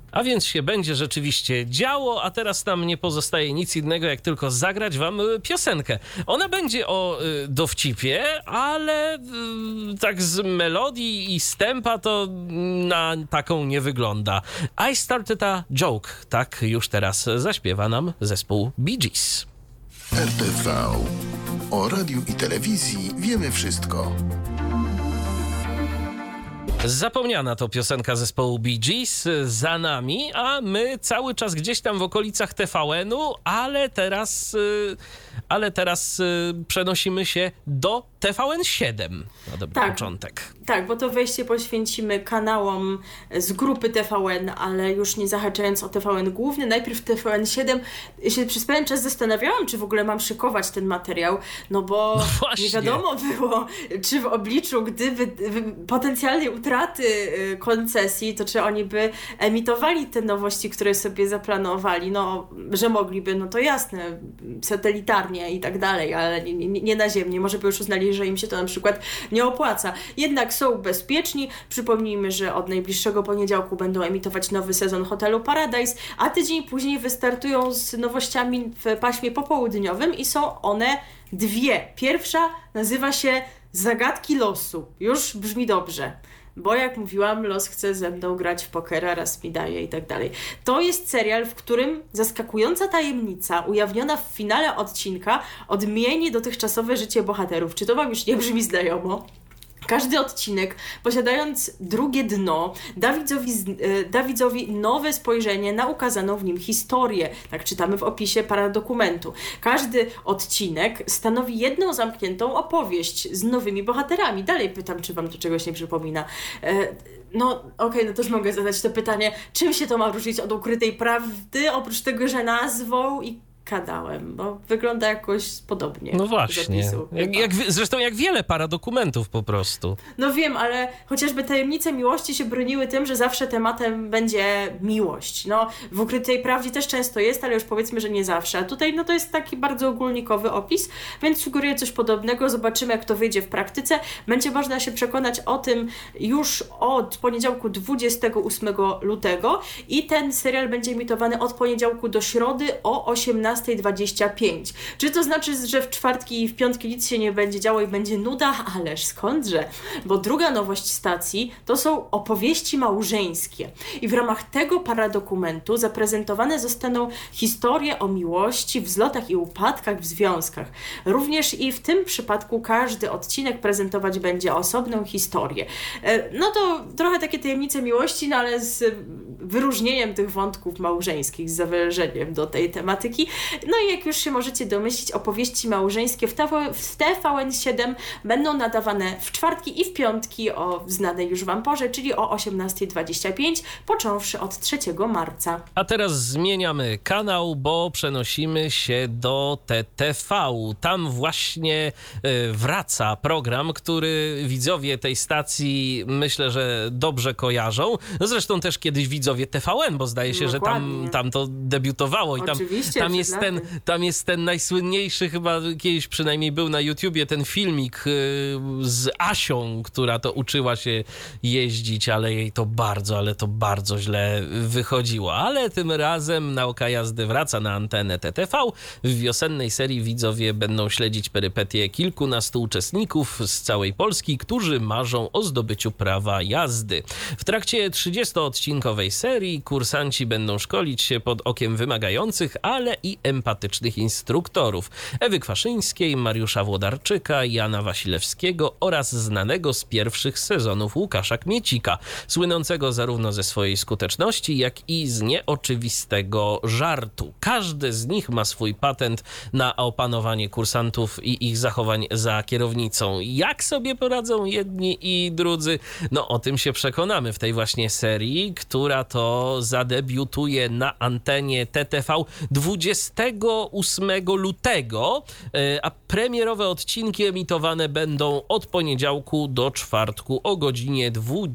A więc się będzie rzeczywiście działo, a teraz nam nie pozostaje nic innego, jak tylko zagrać wam piosenkę. Ona będzie o dowcipie, ale tak z melodii i z tempa to na taką nie wygląda. I started a joke, tak już teraz zaśpiewa nam zespół Bee Gees. RTV. O radiu i telewizji wiemy wszystko. Zapomniana to piosenka zespołu Bee Gees za nami, a my cały czas gdzieś tam w okolicach TVN-u, ale teraz przenosimy się do TVN7 na dobry początek. Tak, bo to wejście poświęcimy kanałom z grupy TVN, ale już nie zahaczając o TVN główny. Najpierw TVN7 się przez pewien czas zastanawiałam, czy w ogóle mam szykować ten materiał, no bo nie wiadomo było, czy w obliczu gdyby potencjalnej utraty koncesji, to czy oni by emitowali te nowości, które sobie zaplanowali, no, że mogliby, no to jasne, satelitarnie i tak dalej, ale nie naziemnie. Może by już uznali, że im się to na przykład nie opłaca. Jednak są bezpieczni. Przypomnijmy, że od najbliższego poniedziałku będą emitować nowy sezon Hotelu Paradise, a tydzień później wystartują z nowościami w paśmie popołudniowym i są one dwie. Pierwsza nazywa się Zagadki losu. Już brzmi dobrze. Bo jak mówiłam, los chce ze mną grać w pokera, raz mi daje i tak dalej. To jest serial, w którym zaskakująca tajemnica ujawniona w finale odcinka odmieni dotychczasowe życie bohaterów. Czy to wam już nie brzmi znajomo? Każdy odcinek, posiadając drugie dno, da widzowi nowe spojrzenie na ukazaną w nim historię. Tak czytamy w opisie paradokumentu. Każdy odcinek stanowi jedną zamkniętą opowieść z nowymi bohaterami. Dalej pytam, czy wam to czegoś nie przypomina. No też mogę zadać to pytanie, czym się to ma różnić od Ukrytej Prawdy, oprócz tego, że nazwą i kanałem, bo wygląda jakoś podobnie. No właśnie, zresztą jak wiele paradokumentów po prostu. No wiem, ale chociażby Tajemnice Miłości się broniły tym, że zawsze tematem będzie miłość. No, w Ukrytej Prawdzie też często jest, ale już powiedzmy, że nie zawsze. A tutaj to jest taki bardzo ogólnikowy opis, więc sugeruję coś podobnego. Zobaczymy, jak to wyjdzie w praktyce. Będzie można się przekonać o tym już od poniedziałku 28 lutego i ten serial będzie emitowany od poniedziałku do środy o 18:25. Czy to znaczy, że w czwartki i w piątki nic się nie będzie działo i będzie nuda? Ależ skądże? Bo druga nowość stacji to są opowieści małżeńskie. I w ramach tego paradokumentu zaprezentowane zostaną historie o miłości, wzlotach i upadkach w związkach. Również i w tym przypadku każdy odcinek prezentować będzie osobną historię. No to trochę takie Tajemnice Miłości, no ale z wyróżnieniem tych wątków małżeńskich, z zawężeniem do tej tematyki. No i jak już się możecie domyślić, opowieści małżeńskie w TVN7 będą nadawane w czwartki i w piątki o znanej już wam porze, czyli o 18:25, począwszy od 3 marca. A teraz zmieniamy kanał, bo przenosimy się do TTV. Tam właśnie wraca program, który widzowie tej stacji myślę, że dobrze kojarzą. No zresztą też kiedyś widzowie TVN, bo zdaje się, dokładnie, że tam to debiutowało i tam jest ten najsłynniejszy, chyba kiedyś przynajmniej był na YouTubie, ten filmik z Asią, która to uczyła się jeździć, ale jej to bardzo źle wychodziło. Ale tym razem Nauka jazdy wraca na antenę TTV. W wiosennej serii widzowie będą śledzić perypetie kilkunastu uczestników z całej Polski, którzy marzą o zdobyciu prawa jazdy. W trakcie 30-odcinkowej serii kursanci będą szkolić się pod okiem wymagających, ale i empatycznych instruktorów. Ewy Kwaszyńskiej, Mariusza Włodarczyka, Jana Wasilewskiego oraz znanego z pierwszych sezonów Łukasza Kmiecika, słynącego zarówno ze swojej skuteczności, jak i z nieoczywistego żartu. Każdy z nich ma swój patent na opanowanie kursantów i ich zachowań za kierownicą. Jak sobie poradzą jedni i drudzy? No o tym się przekonamy w tej właśnie serii, która to zadebiutuje na antenie TTV 28 lutego, a premierowe odcinki emitowane będą od poniedziałku do czwartku o godzinie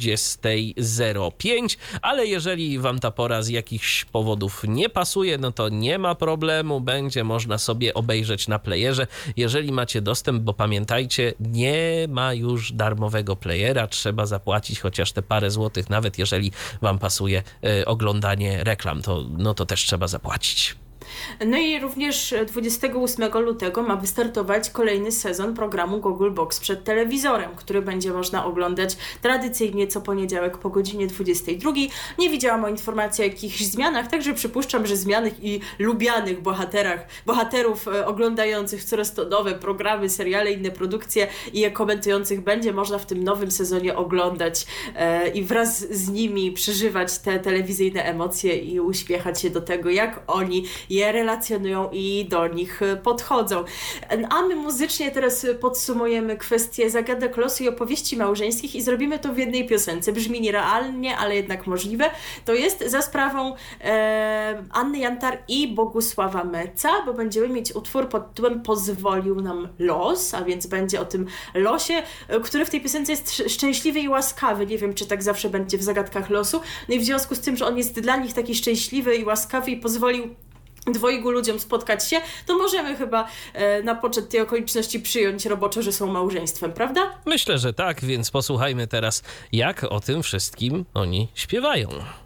20:05, ale jeżeli wam ta pora z jakichś powodów nie pasuje, no to nie ma problemu, będzie można sobie obejrzeć na playerze, jeżeli macie dostęp, bo pamiętajcie, nie ma już darmowego playera, trzeba zapłacić chociaż te parę złotych, nawet jeżeli wam pasuje oglądanie reklam. To też trzeba zapłacić. No i również 28 lutego ma wystartować kolejny sezon programu Google Box przed telewizorem, który będzie można oglądać tradycyjnie co poniedziałek po godzinie 22. Nie widziałam o informacji o jakichś zmianach, także przypuszczam, że zmianych i lubianych bohaterów oglądających coraz to nowe programy, seriale, inne produkcje i je komentujących będzie można w tym nowym sezonie oglądać i wraz z nimi przeżywać te telewizyjne emocje i uśmiechać się do tego, jak oni je relacjonują i do nich podchodzą. A my muzycznie teraz podsumujemy kwestię zagadek losu i opowieści małżeńskich i zrobimy to w jednej piosence. Brzmi nierealnie, ale jednak możliwe. To jest za sprawą Anny Jantar i Bogusława Meca, bo będziemy mieć utwór pod tytułem Pozwolił nam los, a więc będzie o tym losie, który w tej piosence jest szczęśliwy i łaskawy. Nie wiem, czy tak zawsze będzie w zagadkach losu. No i w związku z tym, że on jest dla nich taki szczęśliwy i łaskawy i pozwolił dwojgu ludziom spotkać się, to możemy chyba na poczet tej okoliczności przyjąć roboczo, że są małżeństwem, prawda? Myślę, że tak, więc posłuchajmy teraz, jak o tym wszystkim oni śpiewają.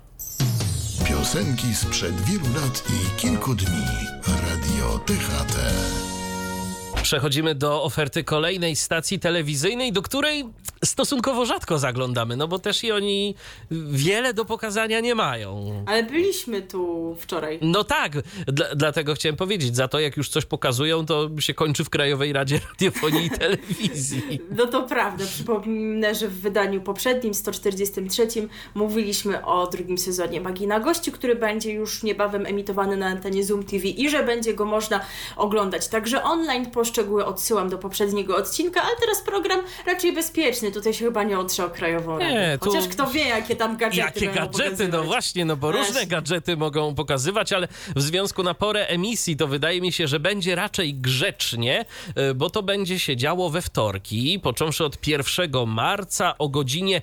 Piosenki sprzed wielu lat i kilku dni. Radio THT. Przechodzimy do oferty kolejnej stacji telewizyjnej, do której stosunkowo rzadko zaglądamy, no bo też i oni wiele do pokazania nie mają. Ale byliśmy tu wczoraj. No tak, dlatego chciałem powiedzieć, za to jak już coś pokazują, to się kończy w Krajowej Radzie Radiofonii i Telewizji. No to prawda, przypomnę, że w wydaniu poprzednim, 143, mówiliśmy o drugim sezonie Magii na gości, który będzie już niebawem emitowany na antenie Zoom TV i że będzie go można oglądać także online. Szczegóły odsyłam do poprzedniego odcinka, ale teraz program raczej bezpieczny. Tutaj się chyba nie otrze o Krajową Radę. Chociaż kto wie, jakie tam gadżety no właśnie, bo różne gadżety mogą pokazywać, ale w związku na porę emisji to wydaje mi się, że będzie raczej grzecznie, bo to będzie się działo we wtorki, począwszy od 1 marca o godzinie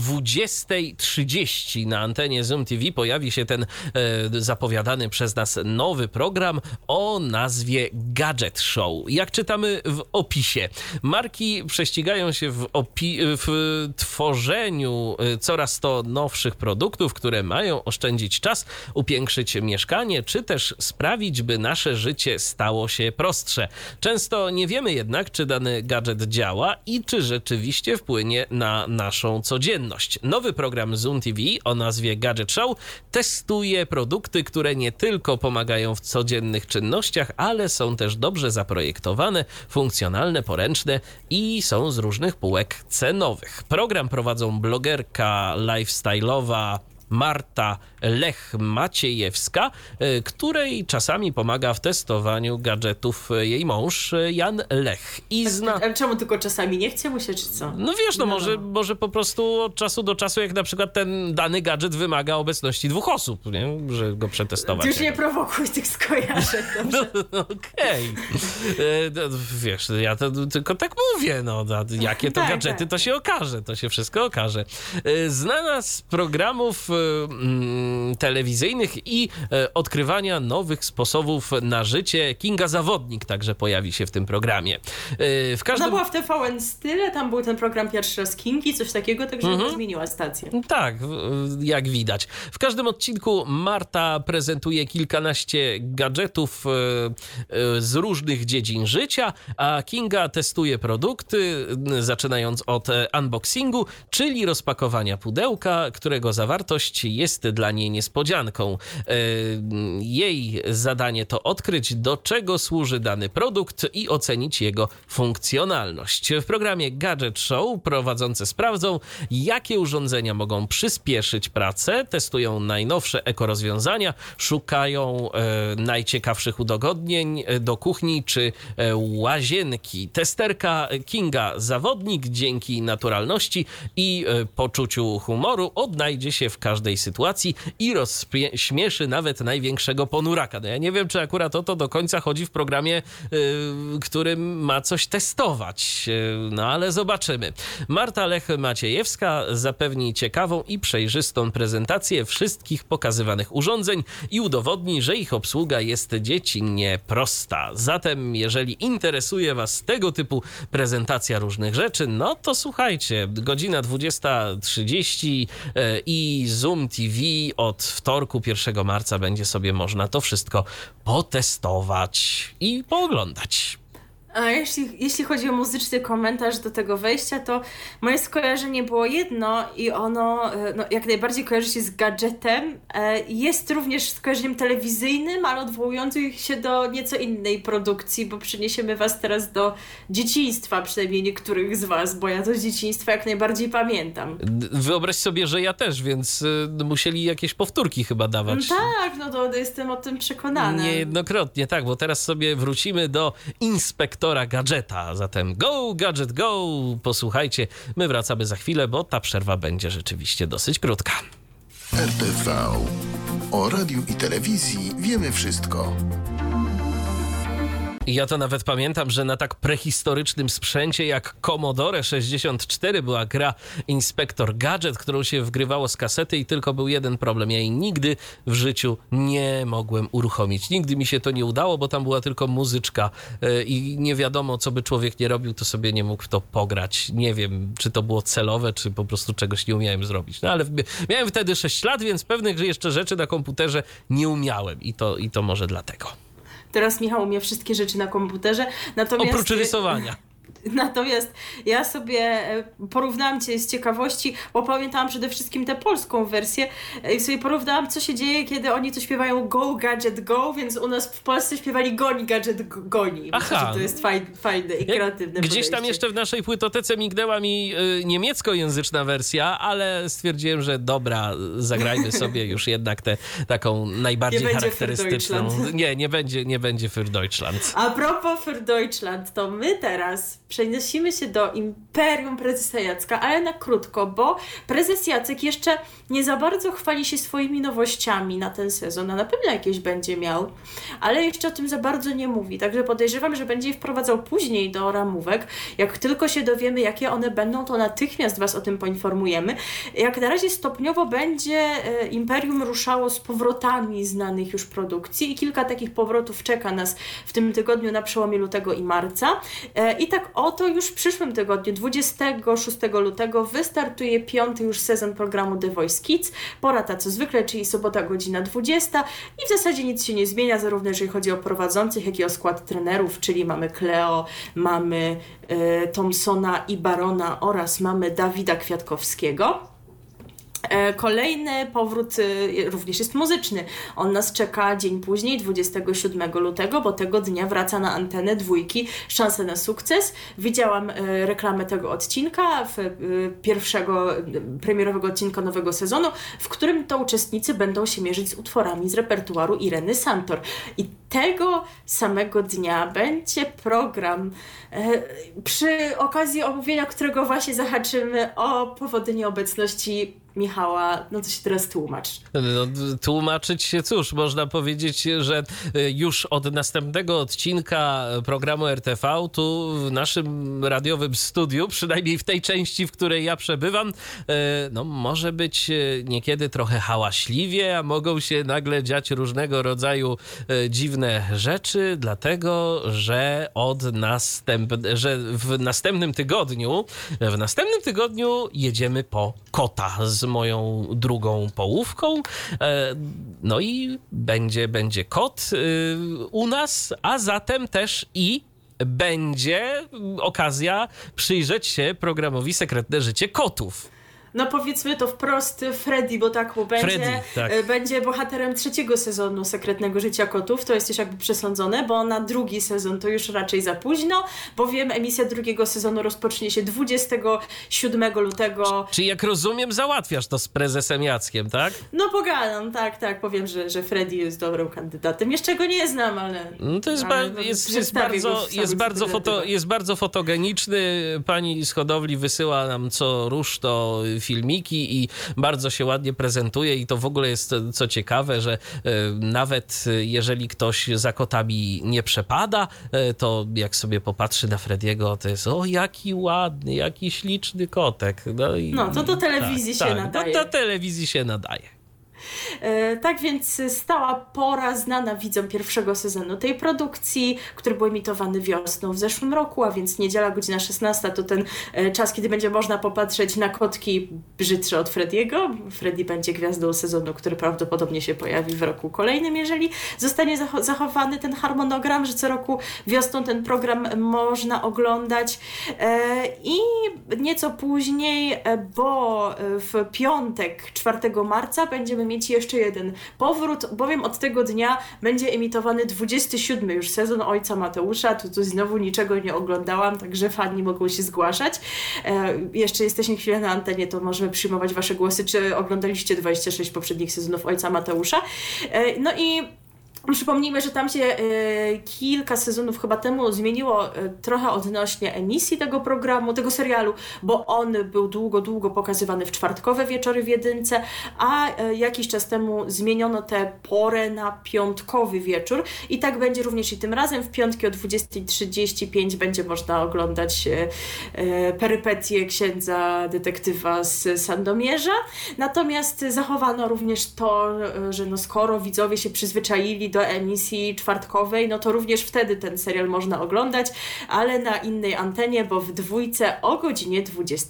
20:30 na antenie Zoom TV pojawi się ten zapowiadany przez nas nowy program o nazwie Gadget Show. Jak czytamy w opisie, marki prześcigają się w tworzeniu coraz to nowszych produktów, które mają oszczędzić czas, upiększyć mieszkanie, czy też sprawić, by nasze życie stało się prostsze. Często nie wiemy jednak, czy dany gadżet działa i czy rzeczywiście wpłynie na naszą codzienność. Nowy program Zoom TV o nazwie Gadget Show testuje produkty, które nie tylko pomagają w codziennych czynnościach, ale są też dobrze zaprojektowane, funkcjonalne, poręczne i są z różnych półek cenowych. Program prowadzą blogerka lifestyle'owa Marta Lech-Maciejewska, której czasami pomaga w testowaniu gadżetów jej mąż Jan Lech. Ale czemu tylko czasami? Nie chce mu się, czy co? No wiesz, może po prostu od czasu do czasu, jak na przykład ten dany gadżet wymaga obecności 2 osób, nie? Że go przetestować. Ty już nie prowokuj tych skojarzeń. Okej. Wiesz, ja to tylko tak mówię, jakie to gadżety, to się okaże, to się wszystko okaże. Znana z programów telewizyjnych i odkrywania nowych sposobów na życie Kinga Zawodnik także pojawi się w tym programie. Ona była w TVN Style, tam był ten program pierwszy raz Kingi, coś takiego, także zmieniła stację. Tak, jak widać. W każdym odcinku Marta prezentuje kilkanaście gadżetów z różnych dziedzin życia, a Kinga testuje produkty, zaczynając od unboxingu, czyli rozpakowania pudełka, którego zawartość jest dla niej niespodzianką. Jej zadanie to odkryć, do czego służy dany produkt i ocenić jego funkcjonalność. W programie Gadget Show prowadzący sprawdzą, jakie urządzenia mogą przyspieszyć pracę, testują najnowsze ekorozwiązania, szukają najciekawszych udogodnień do kuchni czy łazienki. Testerka Kinga Zawodnik dzięki naturalności i poczuciu humoru odnajdzie się w każdej sytuacji i rozśmieszy nawet największego ponuraka. No ja nie wiem, czy akurat o to do końca chodzi w programie, którym ma coś testować. No ale zobaczymy. Marta Lech-Maciejewska zapewni ciekawą i przejrzystą prezentację wszystkich pokazywanych urządzeń i udowodni, że ich obsługa jest dziecinnie prosta. Zatem, jeżeli interesuje Was tego typu prezentacja różnych rzeczy, no to słuchajcie, godzina 20:30 i Zoom Zoom TV od wtorku 1 marca będzie sobie można to wszystko potestować i pooglądać. A jeśli chodzi o muzyczny komentarz do tego wejścia, to moje skojarzenie było jedno i ono jak najbardziej kojarzy się z gadżetem. Jest również skojarzeniem telewizyjnym, ale odwołującym się do nieco innej produkcji, bo przeniesiemy was teraz do dzieciństwa, przynajmniej niektórych z was, bo ja to z dzieciństwa jak najbardziej pamiętam. Wyobraź sobie, że ja też, więc musieli jakieś powtórki chyba dawać. Tak, to jestem o tym przekonana. Niejednokrotnie, tak, bo teraz sobie wrócimy do inspektora gadżeta. Zatem go, gadżet, go! Posłuchajcie, my wracamy za chwilę, bo ta przerwa będzie rzeczywiście dosyć krótka. RTV. O radiu i telewizji wiemy wszystko. Ja to nawet pamiętam, że na tak prehistorycznym sprzęcie jak Commodore 64 była gra Inspektor Gadżet, którą się wgrywało z kasety i tylko był jeden problem. Ja jej nigdy w życiu nie mogłem uruchomić. Nigdy mi się to nie udało, bo tam była tylko muzyczka i nie wiadomo, co by człowiek nie robił, to sobie nie mógł w to pograć. Nie wiem, czy to było celowe, czy po prostu czegoś nie umiałem zrobić. No ale miałem wtedy 6 lat, więc pewnych jeszcze rzeczy na komputerze nie umiałem i to może dlatego. Teraz Michał umie wszystkie rzeczy na komputerze, natomiast... Oprócz rysowania. Natomiast ja sobie porównałam cię z ciekawości, bo pamiętałam przede wszystkim tę polską wersję i sobie porównałam, co się dzieje, kiedy oni to śpiewają Go Gadget Go, więc u nas w Polsce śpiewali Goni Gadget Goni. Myślę, że to jest fajne i kreatywne Gdzieś podejście. tam jeszcze w naszej płytotece mignęła mi niemieckojęzyczna wersja, ale stwierdziłem, że dobra, zagrajmy sobie już jednak tę taką najbardziej charakterystyczną. Nie będzie Für Deutschland. A propos Für Deutschland, to my teraz przenosimy się do Imperium Prezesa Jacka, ale na krótko, bo prezes Jacek jeszcze nie za bardzo chwali się swoimi nowościami na ten sezon, a na pewno jakieś będzie miał, ale jeszcze o tym za bardzo nie mówi, także podejrzewam, że będzie je wprowadzał później do ramówek. Jak tylko się dowiemy, jakie one będą, to natychmiast was o tym poinformujemy. Jak na razie stopniowo będzie Imperium ruszało z powrotami znanych już produkcji i kilka takich powrotów czeka nas w tym tygodniu na przełomie lutego i marca. I tak oto już w przyszłym tygodniu, 26 lutego, wystartuje 5. już sezon programu The Voice Kids. Pora ta co zwykle, czyli sobota godzina 20. I w zasadzie nic się nie zmienia, zarówno jeżeli chodzi o prowadzących, jak i o skład trenerów, czyli mamy Cleo, mamy Thompsona i Barona oraz mamy Dawida Kwiatkowskiego. Kolejny powrót również jest muzyczny. On nas czeka dzień później, 27 lutego, bo tego dnia wraca na antenę Dwójki Szanse na sukces. Widziałam reklamę tego odcinka, pierwszego premierowego odcinka nowego sezonu, w którym to uczestnicy będą się mierzyć z utworami z repertuaru Ireny Santor. I tego samego dnia będzie program, przy okazji omówienia którego właśnie zahaczymy o powody nieobecności Michała. No to się teraz tłumacz. Tłumaczyć się, cóż, można powiedzieć, że już od następnego odcinka programu RTV tu w naszym radiowym studiu, przynajmniej w tej części, w której ja przebywam, może być niekiedy trochę hałaśliwie, a mogą się nagle dziać różnego rodzaju dziwne rzeczy, dlatego, że że w następnym tygodniu jedziemy po kota z moją drugą połówką. No i będzie kot u nas, a zatem też i będzie okazja przyjrzeć się programowi Sekretne Życie Kotów. No powiedzmy to wprost, Freddy, bo tak mu będzie, będzie bohaterem 3. sezonu Sekretnego Życia Kotów. To jest już jakby przesądzone, bo na 2. sezon to już raczej za późno, bowiem emisja 2. sezonu rozpocznie się 27 lutego. Czyli jak rozumiem, załatwiasz to z prezesem Jackiem, tak? No pogadam, tak, powiem, że Freddy jest dobrym kandydatem. Jeszcze go nie znam, ale... No to jest bardzo fotogeniczny. Pani z hodowli wysyła nam co rusz to filmiki i bardzo się ładnie prezentuje i to w ogóle jest co ciekawe, że nawet jeżeli ktoś za kotami nie przepada, to jak sobie popatrzy na Frediego, to jest jaki ładny, jaki śliczny kotek. To do telewizji się nadaje. Do telewizji się nadaje. Tak więc stała pora znana widzom pierwszego sezonu tej produkcji, który był emitowany wiosną w zeszłym roku, a więc niedziela, godzina 16 to ten czas, kiedy będzie można popatrzeć na kotki brzydsze od Frediego. Freddy będzie gwiazdą sezonu, który prawdopodobnie się pojawi w roku kolejnym, jeżeli zostanie zachowany ten harmonogram, że co roku wiosną ten program można oglądać. I nieco później, bo w piątek 4 marca będziemy mieć jeszcze jeden powrót, bowiem od tego dnia będzie emitowany 27 już sezon Ojca Mateusza. Tu znowu niczego nie oglądałam, także fani mogą się zgłaszać. Jeszcze jesteśmy chwilę na antenie, to możemy przyjmować wasze głosy, czy oglądaliście 26 poprzednich sezonów Ojca Mateusza. No i przypomnijmy, że tam się kilka sezonów chyba temu zmieniło trochę odnośnie emisji tego programu, tego serialu, bo on był długo pokazywany w czwartkowe wieczory w jedynce, a jakiś czas temu zmieniono tę porę na piątkowy wieczór i tak będzie również i tym razem. W piątki o 20:35 będzie można oglądać perypetie księdza detektywa z Sandomierza. Natomiast zachowano również to, że skoro widzowie się przyzwyczaili do emisji czwartkowej, to również wtedy ten serial można oglądać, ale na innej antenie, bo w dwójce o godzinie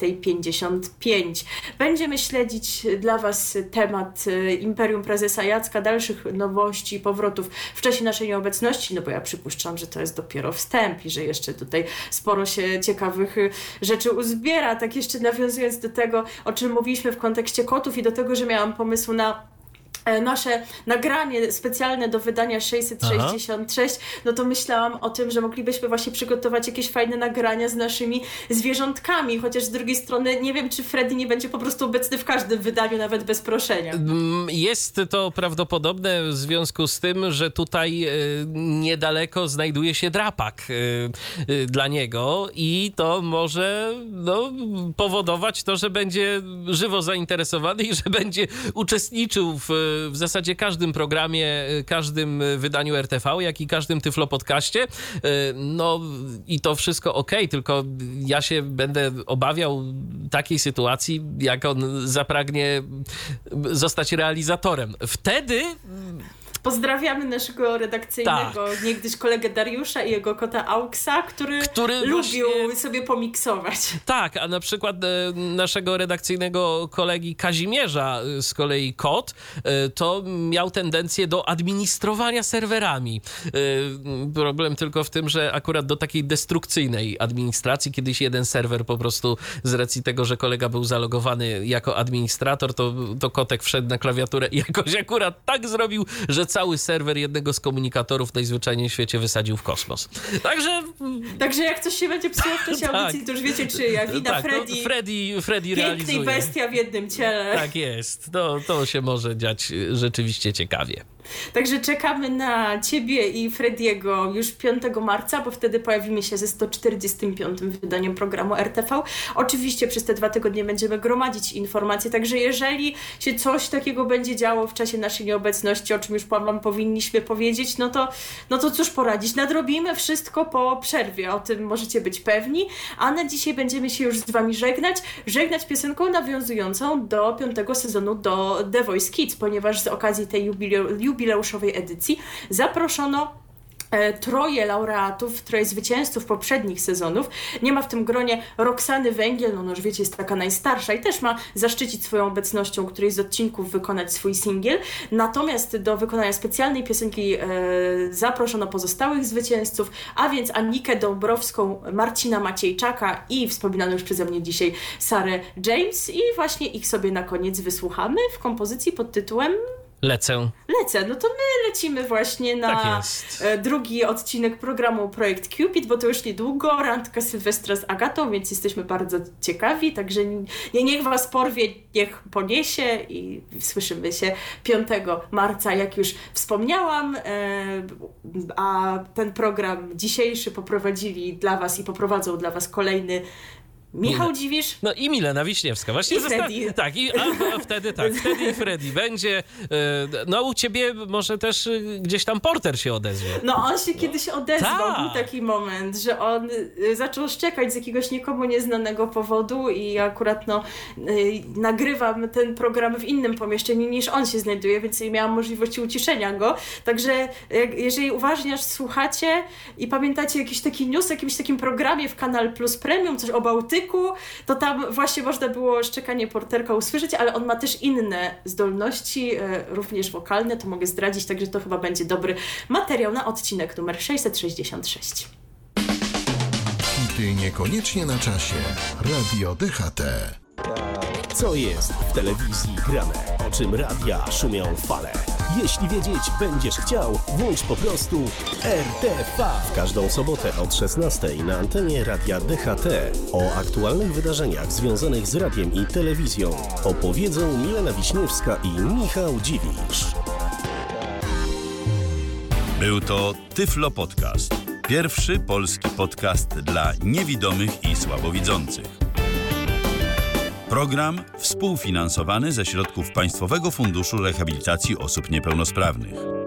20:55. Będziemy śledzić dla was temat Imperium Prezesa Jacka, dalszych nowości, powrotów w czasie naszej nieobecności, bo ja przypuszczam, że to jest dopiero wstęp i że jeszcze tutaj sporo się ciekawych rzeczy uzbiera. Tak jeszcze nawiązując do tego, o czym mówiliśmy w kontekście kotów i do tego, że miałam pomysł na nasze nagranie specjalne do wydania 666, to myślałam o tym, że moglibyśmy właśnie przygotować jakieś fajne nagrania z naszymi zwierzątkami, chociaż z drugiej strony nie wiem, czy Freddy nie będzie po prostu obecny w każdym wydaniu, nawet bez proszenia. Jest to prawdopodobne w związku z tym, że tutaj niedaleko znajduje się drapak dla niego i to może powodować to, że będzie żywo zainteresowany i że będzie uczestniczył w zasadzie każdym programie, każdym wydaniu RTV, jak i każdym Tyflo Podcaście. I to wszystko okej, tylko ja się będę obawiał takiej sytuacji, jak on zapragnie zostać realizatorem. Wtedy... Pozdrawiamy naszego redakcyjnego, niegdyś kolegę Dariusza i jego kota Auksa, który lubił sobie pomiksować. Tak, a na przykład naszego redakcyjnego kolegi Kazimierza, z kolei kot, to miał tendencję do administrowania serwerami. Problem tylko w tym, że akurat do takiej destrukcyjnej administracji, kiedyś jeden serwer po prostu z racji tego, że kolega był zalogowany jako administrator, to kotek wszedł na klawiaturę i jakoś akurat tak zrobił, że cały serwer jednego z komunikatorów najzwyczajniej w świecie wysadził w kosmos. Także jak coś się będzie psuło w czasie audycji, to już wiecie czyja wina. Freddy realizuje. Piękny bestia w jednym ciele. Tak jest. To się może dziać rzeczywiście ciekawie. Także czekamy na ciebie i Frediego już 5 marca, bo wtedy pojawimy się ze 145. wydaniem programu RTV. Oczywiście przez te 2 tygodnie będziemy gromadzić informacje, także jeżeli się coś takiego będzie działo w czasie naszej nieobecności, o czym już wam powinniśmy powiedzieć, no to cóż poradzić. Nadrobimy wszystko po przerwie, o tym możecie być pewni, a na dzisiaj będziemy się już z wami żegnać piosenką nawiązującą do 5. sezonu do The Voice Kids, ponieważ z okazji tej jubileuszowej edycji zaproszono 3 laureatów, 3 zwycięzców poprzednich sezonów. Nie ma w tym gronie Roxany Węgiel, no już wiecie, jest taka najstarsza i też ma zaszczycić swoją obecnością któryś z odcinków wykonać swój singiel. Natomiast do wykonania specjalnej piosenki zaproszono pozostałych zwycięzców, a więc Anikę Dąbrowską, Marcina Maciejczaka i wspominaną już przeze mnie dzisiaj Sarę James i właśnie ich sobie na koniec wysłuchamy w kompozycji pod tytułem Lecę. No to my lecimy właśnie na drugi odcinek programu Projekt Cupid, bo to już niedługo, randka Sylwestra z Agatą, więc jesteśmy bardzo ciekawi, także niech was porwie, niech poniesie i słyszymy się 5 marca, jak już wspomniałam, a ten program dzisiejszy poprowadzili dla was i poprowadzą dla was kolejny Michał Dziwisz. No i Milena Wiśniewska. Właśnie I Freddy. Tak, a wtedy tak, wtedy i Freddy będzie. No u ciebie może też gdzieś tam Porter się odezwie. No on się kiedyś odezwał, Tak. był taki moment, że on zaczął szczekać z jakiegoś nikomu nieznanego powodu i ja akurat nagrywam ten program w innym pomieszczeniu niż on się znajduje, więc nie miałam możliwości uciszenia go. Także jeżeli uważnie słuchacie i pamiętacie jakiś taki news o jakimś takim programie w Kanal Plus Premium, coś o Bałtyku, to tam właśnie można było szczekanie Porterka usłyszeć, ale on ma też inne zdolności, również wokalne, to mogę zdradzić, także to chyba będzie dobry materiał na odcinek numer 666. Hity niekoniecznie na czasie. Radio DHT. Co jest w telewizji grane? O czym radia szumią fale? Jeśli wiedzieć będziesz chciał, włącz po prostu RTV. W każdą sobotę od 16 na antenie Radia DHT o aktualnych wydarzeniach związanych z radiem i telewizją opowiedzą Milena Wiśniewska i Michał Dziwisz. Był to Tyflo Podcast. Pierwszy polski podcast dla niewidomych i słabowidzących. Program współfinansowany ze środków Państwowego Funduszu Rehabilitacji Osób Niepełnosprawnych.